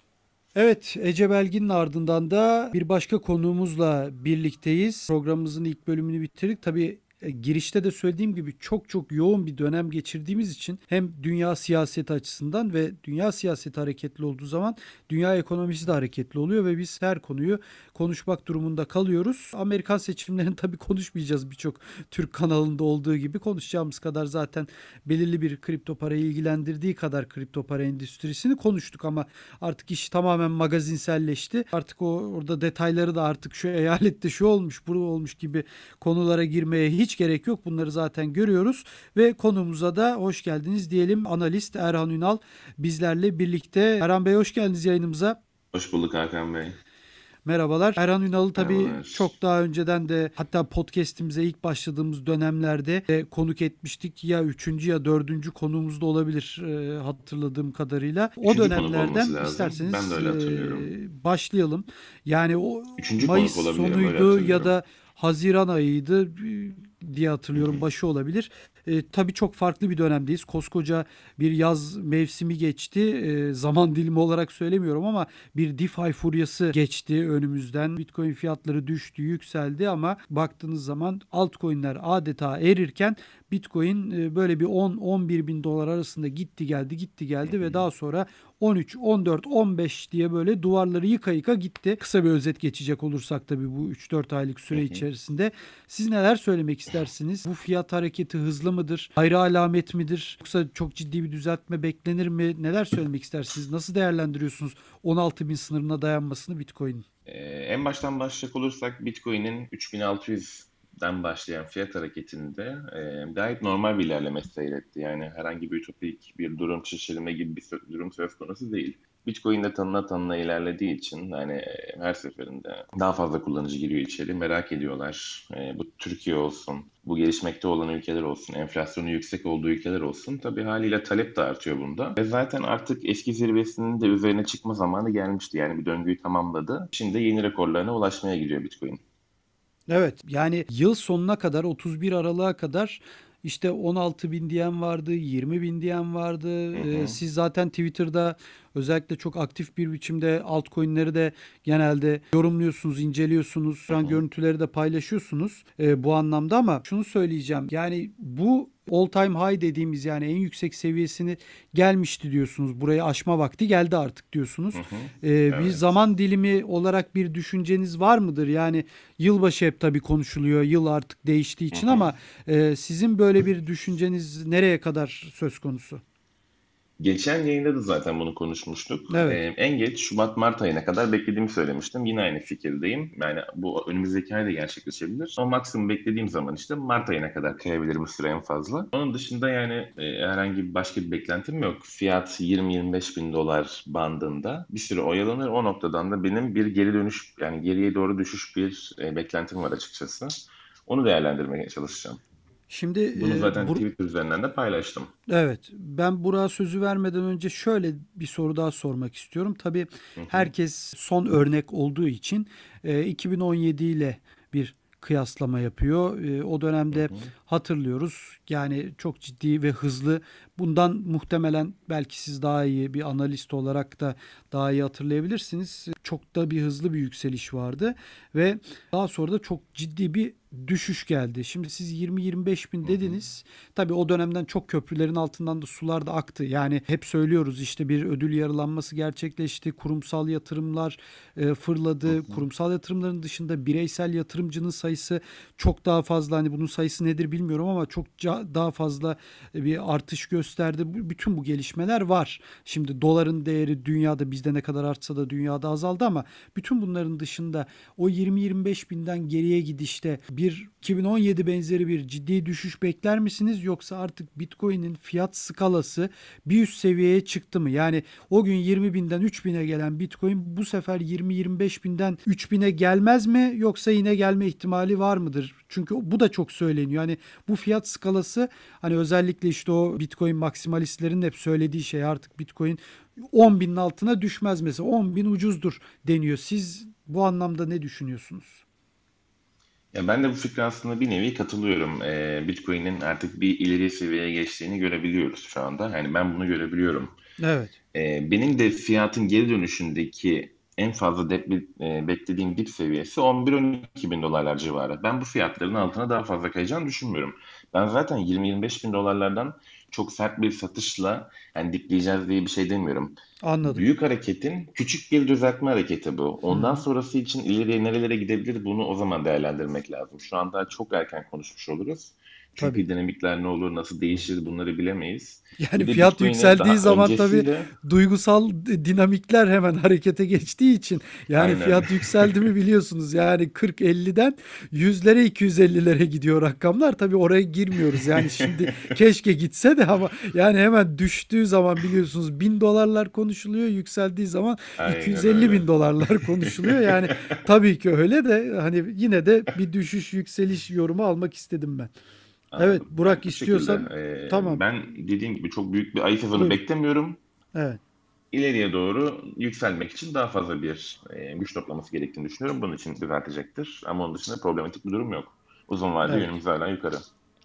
Evet, Ece Belgin'in ardından da bir başka konuğumuzla birlikteyiz. Programımızın ilk bölümünü bitirdik. Tabii girişte de söylediğim gibi çok çok yoğun bir dönem geçirdiğimiz için hem dünya siyaseti açısından ve dünya siyaseti hareketli olduğu zaman dünya ekonomisi de hareketli oluyor ve biz her konuyu konuşmak durumunda kalıyoruz. Amerikan seçimlerini tabii konuşmayacağız, birçok Türk kanalında olduğu gibi. Konuşacağımız kadar zaten belirli bir kripto parayı ilgilendirdiği kadar kripto para endüstrisini konuştuk ama artık iş tamamen magazinselleşti. Artık o orada detayları da artık şu eyalette şu olmuş, bu olmuş gibi konulara girmeye hiç gerek yok. Bunları zaten görüyoruz ve konumuza da hoş geldiniz diyelim. Analist Erhan Ünal bizlerle birlikte. Erhan Bey, hoş geldiniz yayınımıza. Hoş bulduk Hakan Bey. Merhabalar. Erhan Ünal'ı tabii Merhabalar. çok daha önceden de hatta podcast'imize ilk başladığımız dönemlerde de konuk etmiştik. Ya üçüncü ya dördüncü konuğumuz da olabilir e, hatırladığım kadarıyla. O Üçüncü konuk dönemlerden olması lazım. isterseniz Ben de öyle hatırlıyorum. e, başlayalım. Yani o Üçüncü Mayıs konuk olabilirim, öyle sonuydu ya hatırlıyorum. da Haziran ayıydı e, diye hatırlıyorum. Başı olabilir. E, tabii çok farklı bir dönemdeyiz. Koskoca bir yaz mevsimi geçti. E, zaman dilimi olarak söylemiyorum ama bir DeFi furyası geçti önümüzden. Bitcoin fiyatları düştü, yükseldi ama baktığınız zaman altcoin'ler adeta erirken Bitcoin e, böyle bir on on bir bin dolar arasında gitti geldi gitti geldi ve daha sonra on üç, on dört, on beş diye böyle duvarları yıka yıka gitti. Kısa bir özet geçecek olursak tabii bu üç dört aylık süre içerisinde. Siz neler söylemek istersiniz? Bu fiyat hareketi hızlı mıdır? Hayra alamet midir? Yoksa çok ciddi bir düzeltme beklenir mi? Neler söylemek istersiniz? Nasıl değerlendiriyorsunuz on altı bin sınırına dayanmasını Bitcoin'in? Ee, en baştan başlayacak olursak Bitcoin'in üç bin altı yüzden başlayan fiyat hareketinde e, gayet normal bir ilerleme seyretti. Yani herhangi bir ütopik bir durum, şişirme gibi bir sö- durum söz konusu değil. Bitcoin de tanına tanına ilerlediği için yani e, her seferinde daha fazla kullanıcı giriyor içeri, merak ediyorlar. E, bu Türkiye olsun, bu gelişmekte olan ülkeler olsun, enflasyonu yüksek olduğu ülkeler olsun. Tabii haliyle talep de artıyor bunda. Ve zaten artık eski zirvesinin de üzerine çıkma zamanı gelmişti. Yani bir döngüyü tamamladı. Şimdi yeni rekorlarına ulaşmaya gidiyor Bitcoin. Evet, yani yıl sonuna kadar otuz bir Aralık'a kadar işte on altı bin diyen vardı, yirmi bin diyen vardı. Hı Ee, hı. siz zaten Twitter'da özellikle çok aktif bir biçimde altcoin'leri de genelde yorumluyorsunuz, inceliyorsunuz. Şu Hı an hı. görüntüleri de paylaşıyorsunuz e, bu anlamda ama şunu söyleyeceğim. Yani bu all time high dediğimiz yani en yüksek seviyesini gelmişti diyorsunuz. Burayı aşma vakti geldi artık diyorsunuz. Hı hı. Ee, bir Evet. zaman dilimi olarak bir düşünceniz var mıdır? Yani yılbaşı hep tabii konuşuluyor. Yıl artık değiştiği Hı için hı. ama e, sizin böyle bir düşünceniz nereye kadar söz konusu? Geçen yayında da zaten bunu konuşmuştuk. Ee, Evet. en geç Şubat-Mart ayına kadar beklediğimi söylemiştim. Yine aynı fikirdeyim. Yani bu önümüzdeki ay da gerçekleşebilir. Ama maksimum beklediğim zaman işte Mart ayına kadar kayabilir bu süre en fazla. Onun dışında yani e, herhangi bir başka bir beklentim yok. Fiyat yirmi yirmi beş bin dolar bandında bir süre oyalanır. O noktadan da benim bir geri dönüş yani geriye doğru düşüş bir e, beklentim var açıkçası. Onu değerlendirmeye çalışacağım. Şimdi Bunu e, zaten bu, Twitter üzerinden de paylaştım. evet, ben Burak'a sözü vermeden önce şöyle bir soru daha sormak istiyorum. Tabii Hı hı. herkes son örnek olduğu için e, iki bin on yedi ile bir kıyaslama yapıyor. E, o Hı dönemde hı. hatırlıyoruz. Yani çok ciddi ve hızlı. Bundan muhtemelen belki siz daha iyi bir analist olarak da daha iyi hatırlayabilirsiniz. Çok da bir hızlı bir yükseliş vardı ve daha sonra da çok ciddi bir düşüş geldi. Şimdi siz yirmi yirmi beş bin Hı hı. dediniz. Tabii o dönemden çok köprülerin altından da sular da aktı. Yani hep söylüyoruz işte bir ödül yarılanması gerçekleşti. Kurumsal yatırımlar e, Hı fırladı. hı. Kurumsal yatırımların dışında bireysel yatırımcının sayısı çok daha fazla. Hani bunun sayısı nedir bilmiyorum ama çok ca- daha fazla e, bir artış gösterdi. Bu- Bütün bu gelişmeler var. Şimdi doların değeri dünyada bizde ne kadar artsa da dünyada azaldı ama bütün bunların dışında o yirmi yirmi beş binden geriye gidişte bir iki bin on yedi benzeri bir ciddi düşüş bekler misiniz? Yoksa artık Bitcoin'in fiyat skalası bir üst seviyeye çıktı mı? Yani o gün yirmi binden üç bine gelen Bitcoin bu sefer yirmi yirmi beş binden üç bine gelmez mi? Yoksa yine gelme ihtimali var mıdır? Çünkü bu da çok söyleniyor. Yani bu fiyat skalası hani özellikle işte o Bitcoin maksimalistlerin hep söylediği şey artık Bitcoin on binin altına düşmez mesela. on bin ucuzdur deniyor. Siz bu anlamda ne düşünüyorsunuz? Ya ben de bu fikre aslında bir nevi katılıyorum. Ee, Bitcoin'in artık bir ileri seviyeye geçtiğini görebiliyoruz şu anda. Yani ben bunu görebiliyorum. Evet. Ee, benim de fiyatın geri dönüşündeki en fazla dep- e, beklediğim dip seviyesi on bir on iki bin dolarlar civarı. Ben bu fiyatların altına daha fazla kayacağını düşünmüyorum. Ben zaten yirmi yirmi beş bin dolarlardan çok sert bir satışla yani dipleyeceğiz diye bir şey demiyorum. Anladım. Büyük hareketin küçük bir düzeltme hareketi bu. Hı Ondan hı. sonrası için ileriye nerelere gidebilir bunu o zaman değerlendirmek lazım. Şu anda çok erken konuşmuş oluruz. Çünkü Tabii. dinamikler ne olur, nasıl değişir bunları bilemeyiz. Yani Bir de fiyat Bitcoin'e yükseldiği daha zaman tabii öncesiyle duygusal dinamikler hemen harekete geçtiği için yani aynen. fiyat yükseldi mi biliyorsunuz yani kırk elliden yüzlere iki yüz ellilere gidiyor rakamlar. Tabii oraya girmiyoruz. Yani şimdi keşke gitse de ama yani hemen düştüğü zaman biliyorsunuz bin dolarlar konuşuluyor. Yükseldiği zaman Aynen iki yüz elli öyle. bin dolarlar konuşuluyor. Yani tabii ki öyle de hani yine de bir düşüş yükseliş yorumu almak istedim ben. Evet Anladım. Yani Burak bu şekilde. istiyorsan Ee, tamam ben dediğim gibi çok büyük bir ay sezonu buyur. beklemiyorum. Evet. İleriye doğru yükselmek için daha fazla bir e, güç toplaması gerektiğini düşünüyorum. Bunun için düzeltecektir. Ama onun dışında problematik bir durum yok. Uzun vadede Evet. yönümüz hala yukarı.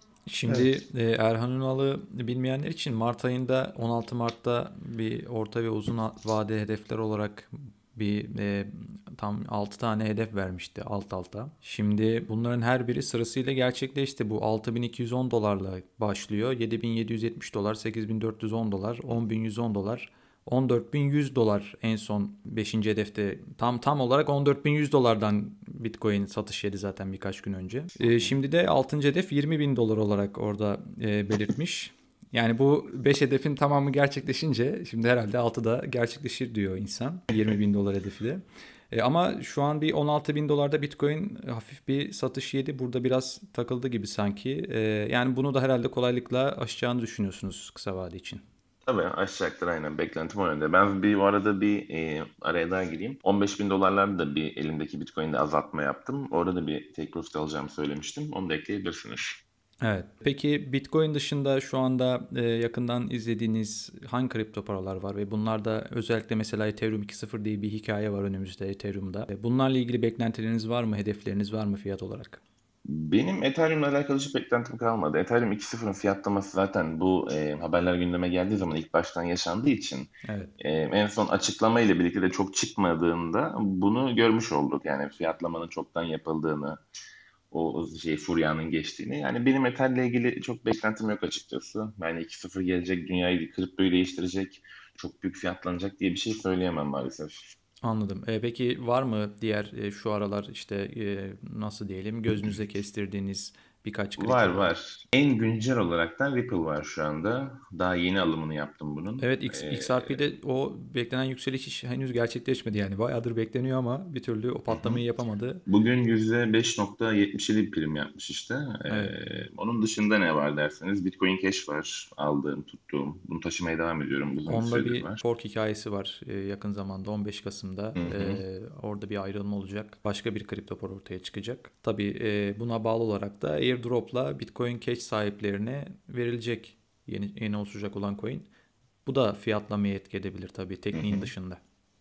Şimdi Evet. e, Erhan Ünal'ı bilmeyenler için Mart ayında on altı Mart'ta bir orta ve uzun vade hedefler olarak bir e, tam altı tane hedef vermişti alt alta. Şimdi bunların her biri sırasıyla gerçekleşti. Bu altı bin iki yüz on dolarla başlıyor. yedi bin yedi yüz yetmiş dolar, sekiz bin dört yüz on dolar, on bin yüz on dolar, on dört bin yüz dolar en son beşinci hedefte. Tam tam olarak on dört bin yüz dolardan Bitcoin satış yedi zaten birkaç gün önce. Ee, şimdi de altıncı hedef yirmi bin dolar olarak orada e, belirtmiş. Yani bu beş hedefin tamamı gerçekleşince şimdi herhalde altı da gerçekleşir diyor insan. yirmi bin dolar hedefi de. E, ama şu an bir on altı bin dolarda Bitcoin hafif bir satış yedi. Burada biraz takıldı gibi sanki. E, yani bunu da herhalde kolaylıkla aşacağını düşünüyorsunuz kısa vade için. Tabii aşacaktır aynen. Beklentim o yönde. Ben bir o arada bir e, araya daha gireyim. on beş bin dolarlarda da bir elimdeki Bitcoin'de azaltma yaptım. Orada da bir take profit alacağımı söylemiştim. Onu da ekleyebilirsiniz. Evet. Peki Bitcoin dışında şu anda e, yakından izlediğiniz hangi kripto paralar var ve bunlarda özellikle mesela Ethereum iki nokta sıfır diye bir hikaye var önümüzde Ethereum'da. E, Bunlarla ilgili beklentileriniz var mı? Hedefleriniz var mı fiyat olarak? Benim Ethereum'la alakalı hiç beklentim kalmadı. Ethereum iki nokta sıfırın fiyatlaması zaten bu e, haberler gündeme geldiği zaman ilk baştan yaşandığı için Evet. e, en son açıklama ile birlikte de çok çıkmadığında bunu görmüş olduk. Yani fiyatlamanın çoktan yapıldığını, o şey furyanın geçtiğini. Yani benim Ether'le ilgili çok beklentim yok açıkçası. Yani iki nokta sıfır gelecek, dünyayı, kriptoyu değiştirecek, çok büyük fiyatlanacak diye bir şey söyleyemem maalesef. Anladım. E, peki var mı diğer e, şu aralar işte e, nasıl diyelim gözünüze kestirdiğiniz birkaç Var kripto para? var. En güncel olaraktan Ripple var şu anda. Daha yeni alımını yaptım bunun. Evet X, Ee, X R P'de o beklenen yükseliş hiç henüz gerçekleşmedi yani. Bayağıdır bekleniyor ama bir türlü o hı hı. patlamayı yapamadı. Bugün yüzde beş nokta yetmiş yedi bir prim yapmış işte. Ee, Evet. onun dışında ne var derseniz Bitcoin Cash var. Aldığım, tuttuğum. Bunu taşımaya devam ediyorum. Uzun bir Onda süredir bir var. fork hikayesi var e, yakın zamanda on beş Kasım'da Hı e, hı. orada bir ayrılma olacak. Başka bir kripto para ortaya çıkacak. Tabii e, buna bağlı olarak da airdrop'la Bitcoin Cash sahiplerine verilecek yeni, yeni oluşacak olan coin. Bu da fiyatlamayı etki edebilir tabii Hı tekniğin hı. dışında.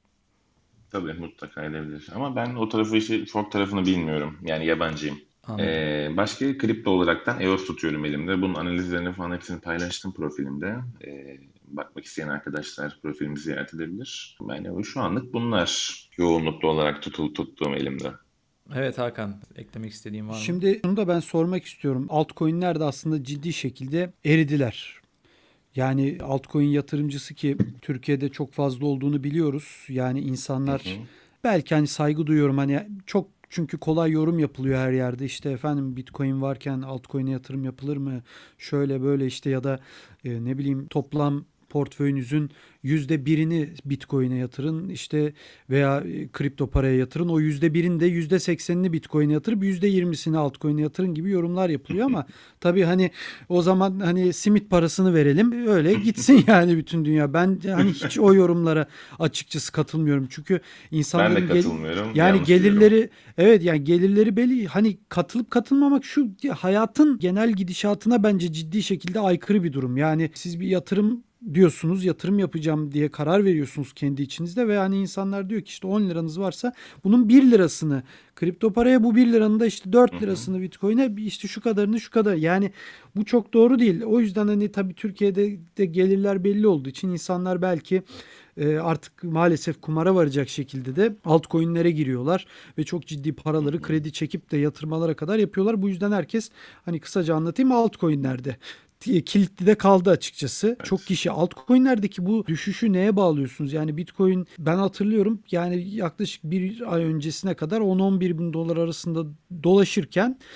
Tabii mutlaka edebilir. Ama ben o tarafı işi fork tarafını bilmiyorum. Yani yabancıyım. Anladım. Ee, başka kripto olaraktan E O S tutuyorum elimde. Bunun analizlerini falan hepsini paylaştım profilimde. Ee, bakmak isteyen arkadaşlar profilimi ziyaret edebilir. Yani şu anlık bunlar yoğunluklu olarak tutul, tuttuğum elimde. Evet Hakan, eklemek istediğin var mı? Şimdi şunu da ben sormak istiyorum. Altcoin'ler de aslında ciddi şekilde eridiler. Yani altcoin yatırımcısı ki Türkiye'de çok fazla olduğunu biliyoruz. Yani Hı insanlar hı. belki hani saygı duyuyorum hani çok çünkü kolay yorum yapılıyor her yerde. İşte efendim Bitcoin varken altcoin'e yatırım yapılır mı? Şöyle böyle işte ya da e, ne bileyim toplam portföyünüzün yüzde birini Bitcoin'e yatırın işte veya e, kripto paraya yatırın. O yüzde birin de yüzde seksenini Bitcoin'e yatırıp yüzde yirmisini altcoin'e yatırın gibi yorumlar yapılıyor ama tabii hani o zaman hani simit parasını verelim öyle gitsin yani bütün dünya. Ben hani hiç o yorumlara açıkçası katılmıyorum. Çünkü Ben de insanların gel katılmıyorum. yani Yanlış bir yorum. gelirleri evet yani gelirleri belli hani katılıp katılmamak şu hayatın genel gidişatına bence ciddi şekilde aykırı bir durum. Yani siz bir yatırım diyorsunuz yatırım yapacağım diye karar veriyorsunuz kendi içinizde ve hani insanlar diyor ki işte on liranız varsa bunun bir lirasını kripto paraya bu bir liranın da işte Hı dört hı. lirasını Bitcoin'e işte şu kadarını şu kadar yani bu çok doğru değil. O yüzden hani tabii Türkiye'de de gelirler belli olduğu için insanlar belki e, artık maalesef kumara varacak şekilde de altcoin'lere giriyorlar ve çok ciddi Hı paraları hı. kredi çekip de yatırmalara kadar yapıyorlar. Bu yüzden herkes hani kısaca anlatayım altcoin'lerde kilitli de kaldı açıkçası. Çok Evet. kişi altcoin'lerdeki bu düşüşü neye bağlıyorsunuz? Yani Bitcoin ben hatırlıyorum yani yaklaşık bir ay öncesine kadar on on bir bin dolar arasında dolaşırken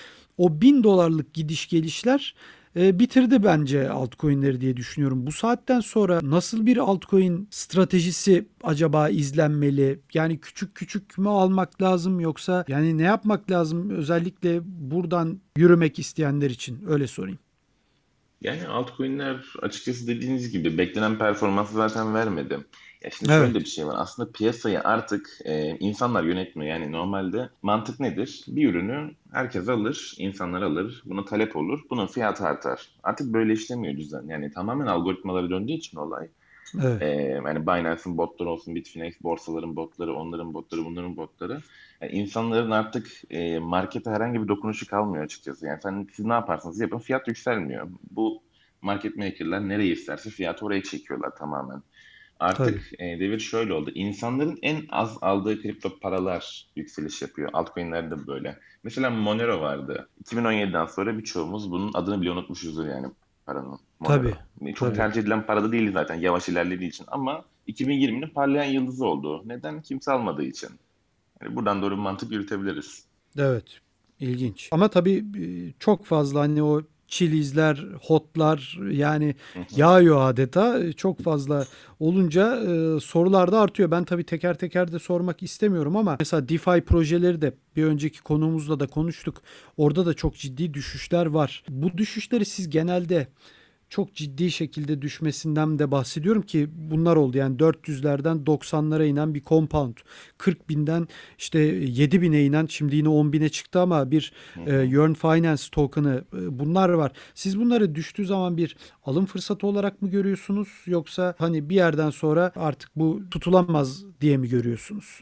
o bin dolarlık gidiş gelişler e, bitirdi bence altcoin'leri diye düşünüyorum. Bu saatten sonra nasıl bir altcoin stratejisi acaba izlenmeli? Yani küçük küçük mü almak lazım yoksa yani ne yapmak lazım özellikle buradan yürümek isteyenler için, öyle sorayım. Yani altcoin'ler açıkçası dediğiniz gibi beklenen performansı zaten vermedi. Ya şimdi şöyle Evet, de bir şey var. Aslında piyasayı artık e, insanlar yönetmiyor. Yani normalde mantık nedir? Bir ürünü herkes alır, insanlar alır. Buna talep olur. Bunun fiyatı artar. Artık böyle işlemiyor düzen. Yani tamamen algoritmalara döndüğü için olay. evet, E, Yani Binance'ın botları olsun, Bitfinex, borsaların botları, onların botları, bunların botları. Yani insanların artık e, markete herhangi bir dokunuşu kalmıyor açıkçası. Yani sen, siz ne yaparsanız yapın fiyat yükselmiyor. Bu market maker'lar nereye isterse fiyatı oraya çekiyorlar tamamen. tabii, Artık e, devir şöyle oldu. İnsanların en az aldığı kripto paralar yükseliş yapıyor. Altcoin'ler de böyle. Mesela Monero vardı. iki bin on yediden sonra birçoğumuz bunun adını bile unutmuşuzdur yani paranın. Monero. tabii, Yani çok tabii. tercih edilen para da değil zaten yavaş ilerlediği için. Ama iki bin yirminin parlayan yıldızı oldu. Neden? Kimse almadığı için. Yani buradan doğru bir mantık yürütebiliriz. Evet, ilginç. Ama tabii e, çok fazla hani o çilizler, hotlar yani Hı hı. yağıyor adeta. E, Çok fazla olunca e, sorular da artıyor. Ben tabii teker teker de sormak istemiyorum ama mesela DeFi projeleri de bir önceki konuğumuzla da konuştuk. Orada da çok ciddi düşüşler var. Bu düşüşleri siz genelde çok ciddi şekilde düşmesinden de bahsediyorum ki bunlar oldu. Yani dört yüzlerden doksanlara inen bir compound. kırk binden işte yedi bine inen, şimdi yine on bine çıktı ama bir Hı e, hı. Yearn Finance token'ı, e, bunlar var. Siz bunları düştüğü zaman bir alım fırsatı olarak mı görüyorsunuz yoksa hani bir yerden sonra artık bu tutulamaz diye mi görüyorsunuz?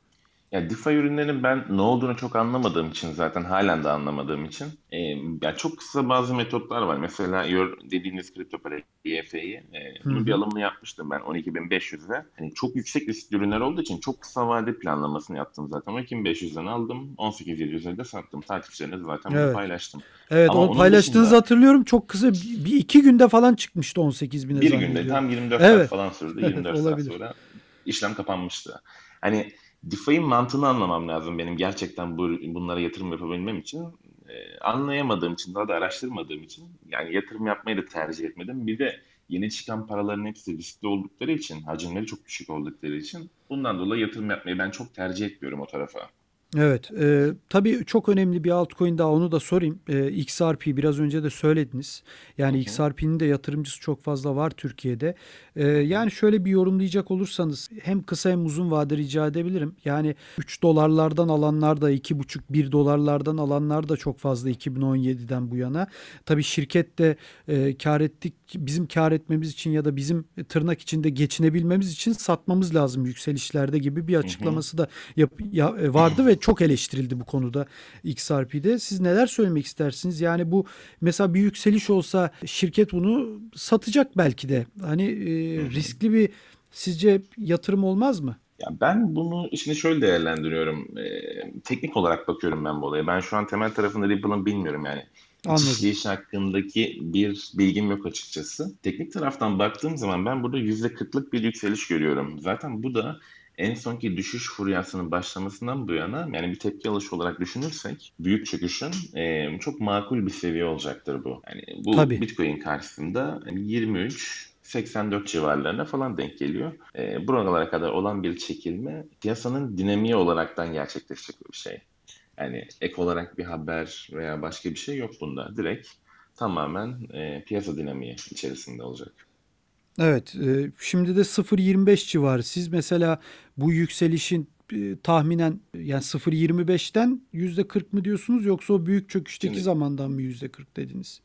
Ya DeFi ürünlerinin ben ne olduğunu çok anlamadığım için zaten halen de anlamadığım için e, ya çok kısa bazı metotlar var. Mesela Your dediğiniz kripto para E F I'yi e, Hı bunun bir hı. alımını yapmıştım ben on iki bin beş yüzde. Hani çok yüksek riskli ürünler olduğu için çok kısa vade planlamasını yaptım zaten. on iki bin beş yüzden aldım. on sekiz bin yedi yüze de sattım. Takipçilerine de zaten bunu Evet. paylaştım. Evet, Ama o onun paylaştığınızı dışında hatırlıyorum. Çok kısa bir, bir iki günde falan çıkmıştı on sekiz bine bir günde zannediyorum. tam yirmi dört saat Evet. falan sürdü. Evet, yirmi dört saat olabilir. sonra işlem kapanmıştı. Hani DeFi'nin mantığını anlamam lazım benim gerçekten bu, bunlara yatırım yapabilmem için. Ee, anlayamadığım için, daha da araştırmadığım için yani yatırım yapmayı da tercih etmedim. Bir de yeni çıkan paraların hepsi riskli oldukları için, hacimleri çok düşük oldukları için bundan dolayı yatırım yapmayı ben çok tercih etmiyorum o tarafa. Evet, e, tabii çok önemli bir altcoin daha, onu da sorayım. E, X R P biraz önce de söylediniz. Hı Yani hı, X R P'nin de yatırımcısı çok fazla var Türkiye'de. E, hı hı, yani şöyle bir yorumlayacak olursanız hem kısa hem uzun vade rica edebilirim. Yani üç dolarlardan alanlar da iki buçuk bir dolarlardan alanlar da çok fazla iki bin on yediden bu yana. Tabii şirket de e, kar ettik, bizim kar etmemiz için ya da bizim tırnak içinde geçinebilmemiz için satmamız lazım yükselişlerde gibi bir hı hı. açıklaması da yap- ya- e, vardı ve çok eleştirildi bu konuda X R P'de. Siz neler söylemek istersiniz? Yani bu mesela bir yükseliş olsa şirket bunu satacak belki de. Hani e, Hı hı. riskli bir, sizce yatırım olmaz mı? Ya ben bunu şimdi şöyle değerlendiriyorum. Ee, teknik olarak bakıyorum ben bu olaya. Ben şu an temel tarafında Ripple'ın bilmiyorum yani. İç Anladım. işleyiş hakkındaki bir bilgim yok açıkçası. Teknik taraftan baktığım zaman ben burada yüzde kırklık bir yükseliş görüyorum. Zaten bu da en sonki düşüş furyasının başlamasından bu yana yani bir tepki alışı olarak düşünürsek büyük çöküşün e, çok makul bir seviye olacaktır bu. Yani bu Tabii. Bitcoin karşısında yirmi üç seksen dört civarlarına falan denk geliyor. E, buralara kadar olan bir çekilme piyasanın dinamiği olaraktan gerçekleşecek bir şey. Yani ek olarak bir haber veya başka bir şey yok bunda. Direkt tamamen e, piyasa dinamiği içerisinde olacak. Evet, e, şimdi de sıfır virgül yirmi beş civarı. Siz mesela bu yükselişin e, tahminen yani sıfır virgül yirmi beşten yüzde kırk mı diyorsunuz yoksa o büyük çöküşteki Şimdi zamandan mı yüzde kırk dediniz?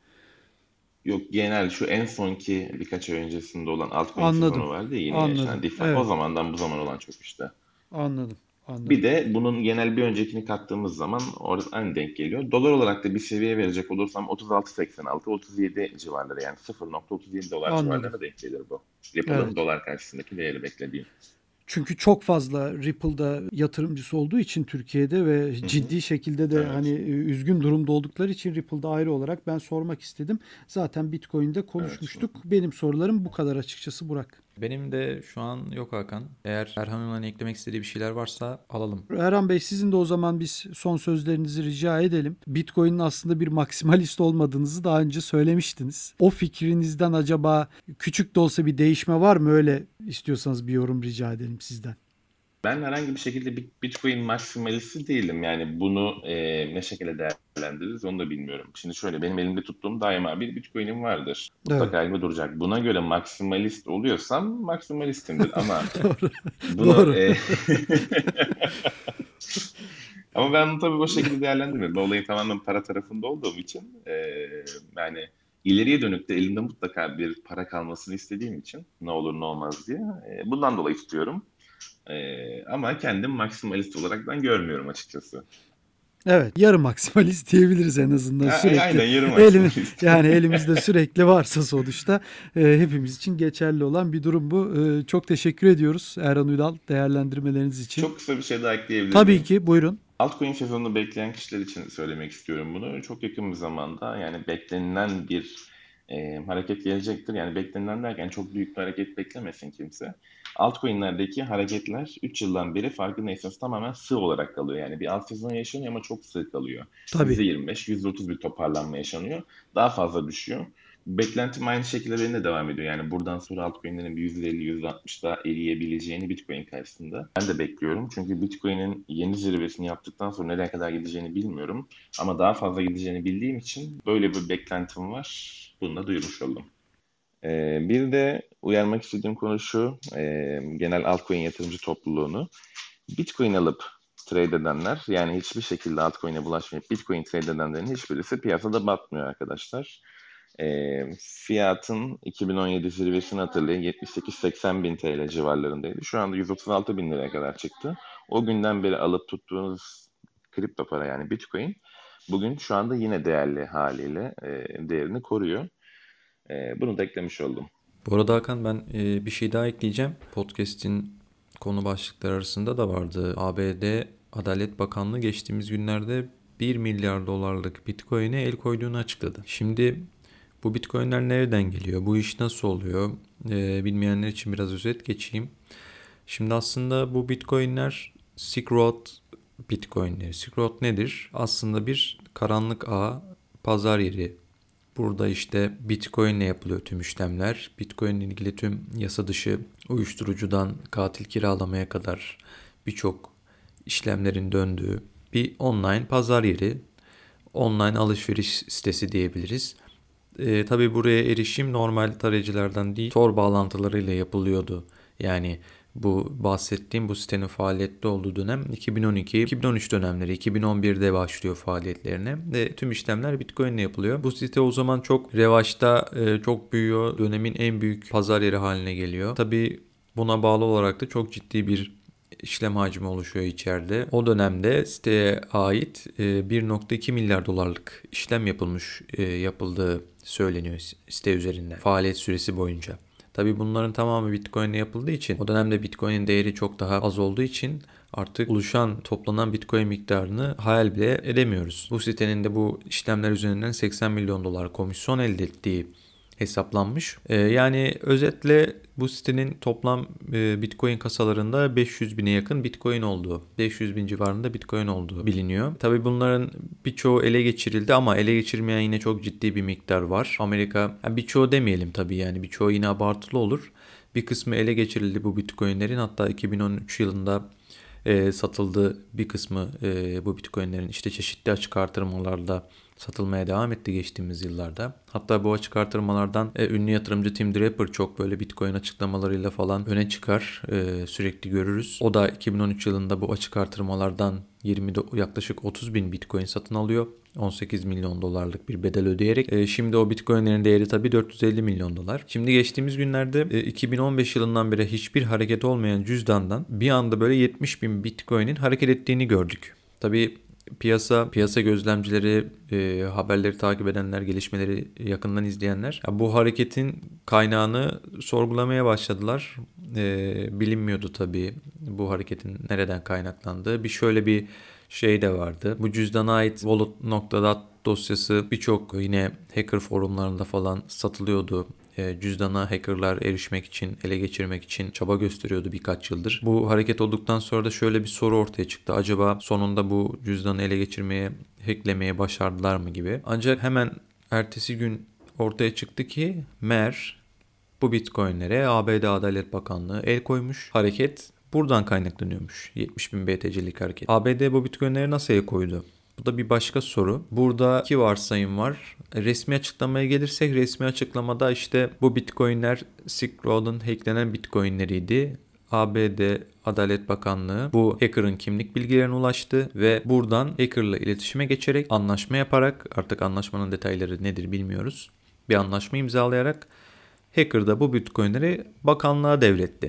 yok genel şu en sonki birkaç ay öncesinde olan altcoin Anladım. sezonu vardı ya yeni yaşanan Anladım. DeFi. O Evet, zamandan bu zaman olan çok işte. anladım. Bir Anladım. de bunun genel bir öncekini kattığımız zaman orada aynı denk geliyor. Dolar olarak da bir seviye verecek olursam otuz altı seksen altı otuz yedi civarları yani sıfır nokta otuz yedi dolar Anladım. civarlarına denk gelir bu. Ripple'ın Evet. dolar karşısındaki değeri beklediğim. Çünkü çok fazla Ripple'da yatırımcısı olduğu için Türkiye'de ve Hı hı. ciddi şekilde de hani Evet, e, üzgün durumda oldukları için Ripple'da ayrı olarak ben sormak istedim. Zaten Bitcoin'de evet. konuşmuştuk. Benim sorularım bu kadar açıkçası, Burak. Benim de şu an yok Hakan. Eğer Erhan Ünal'ın eklemek istediği bir şeyler varsa alalım. Erhan Bey, sizin de o zaman biz son sözlerinizi rica edelim. Bitcoin'in aslında bir maksimalist olmadığınızı daha önce söylemiştiniz. O fikrinizden acaba küçük de olsa bir değişme var mı? Öyle istiyorsanız bir yorum rica edelim sizden. Ben herhangi bir şekilde bir Bitcoin maksimalisti değilim. Yani bunu e, ne şekilde değerlendiririz onu da bilmiyorum. Şimdi şöyle, benim elimde tuttuğum daima bir Bitcoin'im vardır. Mutlaka elimde duracak. Buna göre maksimalist oluyorsam maksimalistimdir ama Doğru. bunu Doğru. e, ama ben bunu tabii bu şekilde değerlendirmiyorum. Ben olayın tamamen para tarafında olduğum için e, yani ileriye dönük de elimde mutlaka bir para kalmasını istediğim için ne olur ne olmaz diye e, bundan dolayı tutuyorum. Ee, ama kendim maksimalist olarak ben görmüyorum açıkçası. Evet, yarı maksimalist diyebiliriz en azından, A- sürekli. Aynen, yarı Elim, maksimalist. yani elimizde sürekli varsa sonuçta e, hepimiz için geçerli olan bir durum bu. E, çok teşekkür ediyoruz Erhan Ünal değerlendirmeleriniz için. Çok kısa bir şey daha ekleyebilir Tabii miyim? ki, buyurun. Altcoin sezonunu bekleyen kişiler için söylemek istiyorum bunu. Çok yakın bir zamanda, yani beklenilen bir e, hareket gelecektir. Yani beklenilen derken çok büyük bir hareket beklemesin kimse. Altcoin'lerdeki hareketler üç yıldan beri farkındaysanız tamamen sığ olarak kalıyor. Yani bir alt sezon yaşanıyor ama çok sığ kalıyor. Tabii. yüzde yirmi beş, yüzde otuz bir toparlanma yaşanıyor. Daha fazla düşüyor. Beklentim aynı şekilde benim de devam ediyor. Yani buradan sonra altcoin'lerin bir yüzde elli yüzde altmış daha eriyebileceğini Bitcoin karşısında ben de bekliyorum. Çünkü Bitcoin'in yeni zirvesini yaptıktan sonra nereye kadar gideceğini bilmiyorum. Ama daha fazla gideceğini bildiğim için böyle bir beklentim var. Bunu da duyurmuş oldum. Ee, bir de uyarmak istediğim konu şu. e, genel altcoin yatırımcı topluluğunu. Bitcoin alıp trade edenler, yani hiçbir şekilde altcoin'e bulaşmayıp Bitcoin trade edenlerin hiçbirisi piyasada batmıyor arkadaşlar. E, fiyatın iki bin on yedi zirvesini hatırlayın, yetmiş sekiz seksen bin T L civarlarındaydı. Şu anda yüz otuz altı bin liraya kadar çıktı. O günden beri alıp tuttuğunuz kripto para, yani Bitcoin, bugün şu anda yine değerli haliyle e, değerini koruyor. E, bunu da eklemiş oldum. Bu arada Hakan, ben e, bir şey daha ekleyeceğim. Podcast'in konu başlıkları arasında da vardı. A B D Adalet Bakanlığı geçtiğimiz günlerde bir milyar dolarlık Bitcoin'e el koyduğunu açıkladı. Şimdi bu Bitcoin'ler nereden geliyor? Bu iş nasıl oluyor? E, bilmeyenler için biraz özet geçeyim. Şimdi aslında bu Bitcoin'ler Silk Road Bitcoin'leri. Silk Road nedir? Aslında bir karanlık ağ, pazar yeri. Burada işte Bitcoin ile yapılıyor tüm işlemler. Bitcoin ile ilgili tüm yasa dışı uyuşturucudan katil kiralamaya kadar birçok işlemlerin döndüğü bir online pazar yeri. Online alışveriş sitesi diyebiliriz. Ee, tabii buraya erişim normal tarayıcılardan değil, Tor bağlantılarıyla yapılıyordu. Yani bu bahsettiğim bu sitenin faaliyette olduğu dönem iki bin on iki iki bin on üç dönemleri, iki bin on birde başlıyor faaliyetlerine ve tüm işlemler Bitcoin ile yapılıyor. Bu site o zaman çok revaçta, çok büyüyor. Dönemin en büyük pazar yeri haline geliyor. Tabii buna bağlı olarak da çok ciddi bir işlem hacmi oluşuyor içeride. O dönemde siteye ait bir virgül iki milyar dolarlık işlem yapılmış, yapıldığı söyleniyor site üzerinde faaliyet süresi boyunca. Tabii bunların tamamı Bitcoin ile yapıldığı için, o dönemde Bitcoin'in değeri çok daha az olduğu için artık oluşan, toplanan Bitcoin miktarını hayal bile edemiyoruz. Bu sitenin de bu işlemler üzerinden seksen milyon dolar komisyon elde ettiği hesaplanmış. Ee, yani özetle bu sitenin toplam e, Bitcoin kasalarında beş yüz bine yakın Bitcoin olduğu, beş yüz bin civarında Bitcoin olduğu biliniyor. Tabii bunların birçoğu ele geçirildi ama ele geçirmeyen yine çok ciddi bir miktar var. Amerika, yani birçoğu demeyelim tabii, yani birçoğu yine abartılı olur. Bir kısmı ele geçirildi bu Bitcoin'lerin, hatta iki bin on üç yılında e, satıldı bir kısmı e, bu Bitcoin'lerin işte çeşitli açık artırmalarda satılmaya devam etti geçtiğimiz yıllarda. Hatta bu açık artırmalardan e, ünlü yatırımcı Tim Draper çok böyle Bitcoin açıklamalarıyla falan öne çıkar. E, sürekli görürüz. O da iki bin on üç yılında bu açık artırmalardan yirmi yaklaşık otuz bin Bitcoin satın alıyor. on sekiz milyon dolarlık bir bedel ödeyerek. E, şimdi o Bitcoin'lerin değeri tabii dört yüz elli milyon dolar. Şimdi geçtiğimiz günlerde e, iki bin on beş yılından beri hiçbir hareket olmayan cüzdandan bir anda böyle yetmiş bin Bitcoin'in hareket ettiğini gördük. Tabii Piyasa, piyasa gözlemcileri, e, haberleri takip edenler, gelişmeleri yakından izleyenler ya bu hareketin kaynağını sorgulamaya başladılar. E, bilinmiyordu tabii bu hareketin nereden kaynaklandığı. Bir şöyle bir şey de vardı. Bu cüzdana ait wallet nokta dat dosyası birçok yine hacker forumlarında falan satılıyordu. e, cüzdana hackerlar erişmek için, ele geçirmek için çaba gösteriyordu birkaç yıldır. Bu hareket olduktan sonra da şöyle bir soru ortaya çıktı. Acaba sonunda bu cüzdanı ele geçirmeye, hacklemeye başardılar mı gibi. Ancak hemen ertesi gün ortaya çıktı ki meğer bu Bitcoin'lere A B D Adalet Bakanlığı el koymuş. Hareket buradan kaynaklanıyormuş. yetmiş bin B T C'lik hareket. A B D bu Bitcoin'lere nasıl el koydu? Bu da bir başka soru. Burada iki varsayım var. Resmi açıklamaya gelirsek resmi açıklamada işte bu Bitcoin'ler Silk Road'un hacklenen Bitcoin'leriydi. A B D Adalet Bakanlığı bu hacker'ın kimlik bilgilerine ulaştı ve buradan hacker'la iletişime geçerek anlaşma yaparak, artık anlaşmanın detayları nedir bilmiyoruz, bir anlaşma imzalayarak hacker da bu Bitcoin'leri bakanlığa devretti.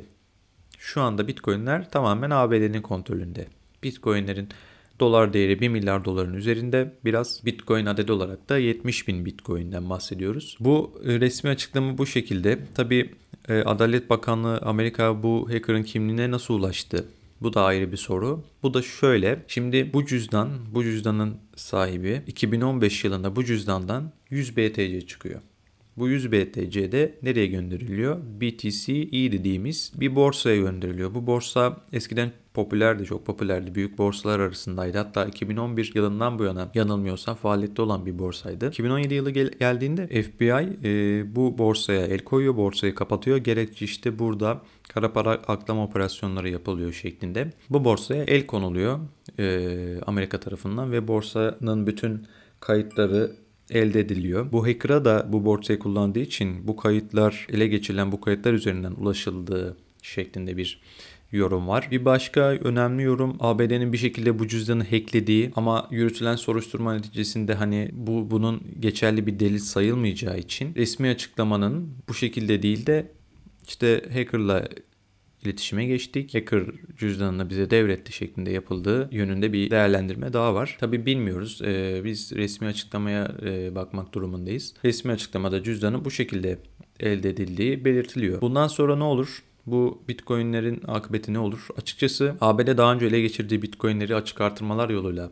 Şu anda Bitcoin'ler tamamen A B D'nin kontrolünde. Bitcoin'lerin dolar değeri bir milyar doların üzerinde, biraz Bitcoin adedi olarak da yetmiş bin Bitcoin'den bahsediyoruz. Bu resmi açıklama bu şekilde. Tabii Adalet Bakanlığı Amerika bu hacker'ın kimliğine nasıl ulaştı? Bu da ayrı bir soru. Bu da şöyle. Şimdi bu cüzdan, bu cüzdanın sahibi iki bin on beş yılında bu cüzdandan yüz B T C çıkıyor. Bu yüz B T C'de nereye gönderiliyor? B T C E dediğimiz bir borsaya gönderiliyor. Bu borsa eskiden popülerdi, çok popülerdi. Büyük borsalar arasındaydı. Hatta iki bin on bir yılından bu yana yanılmıyorsam faaliyette olan bir borsaydı. iki bin on yedi yılı gel- geldiğinde F B I e, bu borsaya el koyuyor, borsayı kapatıyor. Gerekçe işte burada kara para aklama operasyonları yapılıyor şeklinde. Bu borsaya el konuluyor e, Amerika tarafından ve borsanın bütün kayıtları elde ediliyor. Bu hacker'a da bu borsayı kullandığı için bu kayıtlar, ele geçirilen bu kayıtlar üzerinden ulaşıldığı şeklinde bir yorum var. Bir başka önemli yorum, A B D'nin bir şekilde bu cüzdanı hacklediği ama yürütülen soruşturma neticesinde hani bu bunun geçerli bir delil sayılmayacağı için resmi açıklamanın bu şekilde değil de işte hacker'la iletişime geçtik, hacker cüzdanını bize devretti şeklinde yapıldığı yönünde bir değerlendirme daha var. Tabii bilmiyoruz. Ee, biz resmi açıklamaya e, bakmak durumundayız. Resmi açıklamada cüzdanın bu şekilde elde edildiği belirtiliyor. Bundan sonra ne olur? Bu Bitcoin'lerin akıbeti ne olur? Açıkçası A B D daha önce ele geçirdiği Bitcoin'leri açık artırmalar yoluyla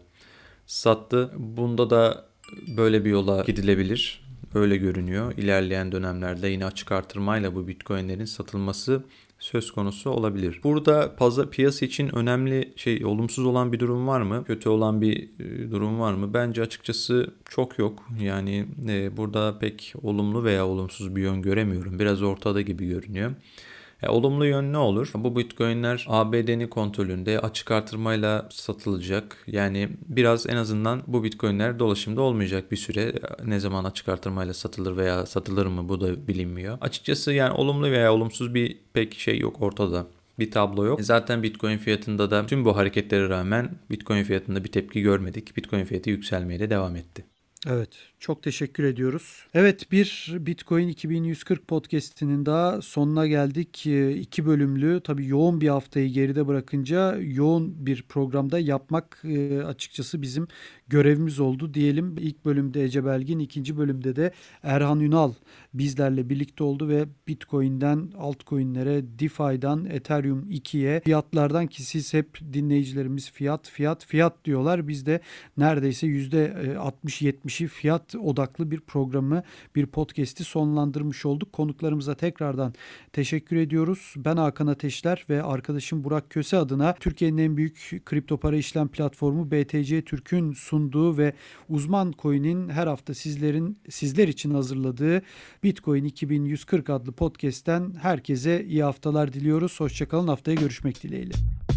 sattı. Bunda da böyle bir yola gidilebilir. Öyle görünüyor. İlerleyen dönemlerde yine açık artırmayla bu Bitcoin'lerin satılması söz konusu olabilir. Burada pazar piyasa için önemli şey, olumsuz olan bir durum var mı? Kötü olan bir e, durum var mı? Bence açıkçası çok yok. Yani e, burada pek olumlu veya olumsuz bir yön göremiyorum. Biraz ortada gibi görünüyor. E, olumlu yön ne olur? Bu Bitcoin'ler A B D'nin kontrolünde açık artırmayla satılacak. Yani biraz en azından bu Bitcoin'ler dolaşımda olmayacak bir süre. Ne zaman açık artırmayla satılır veya satılır mı bu da bilinmiyor. Açıkçası yani olumlu veya olumsuz bir pek şey yok ortada. Bir tablo yok. Zaten Bitcoin fiyatında da tüm bu hareketlere rağmen Bitcoin fiyatında bir tepki görmedik. Bitcoin fiyatı yükselmeye de devam etti. Evet, çok teşekkür ediyoruz. Evet, bir Bitcoin iki bin yüz kırk podcast'inin daha sonuna geldik. İki bölümlü, tabii yoğun bir haftayı geride bırakınca yoğun bir programda yapmak açıkçası bizim görevimiz oldu diyelim. İlk bölümde Ece Belgin, ikinci bölümde de Erhan Ünal bizlerle birlikte oldu ve Bitcoin'den altcoin'lere, DeFi'den Ethereum ikiye, fiyatlardan, ki siz hep dinleyicilerimiz fiyat fiyat fiyat diyorlar. Biz de neredeyse yüzde altmış yetmişi fiyat odaklı bir programı, bir podcast'i sonlandırmış olduk. Konuklarımıza tekrardan teşekkür ediyoruz. Ben Hakan Ateşler ve arkadaşım Burak Köse adına Türkiye'nin en büyük kripto para işlem platformu B T C Türk'ün sunduğu ve Uzman Coin'in her hafta sizlerin sizler için hazırladığı Bitcoin iki bin yüz kırk adlı podcast'ten herkese iyi haftalar diliyoruz. Hoşça kalın. Haftaya görüşmek dileğiyle.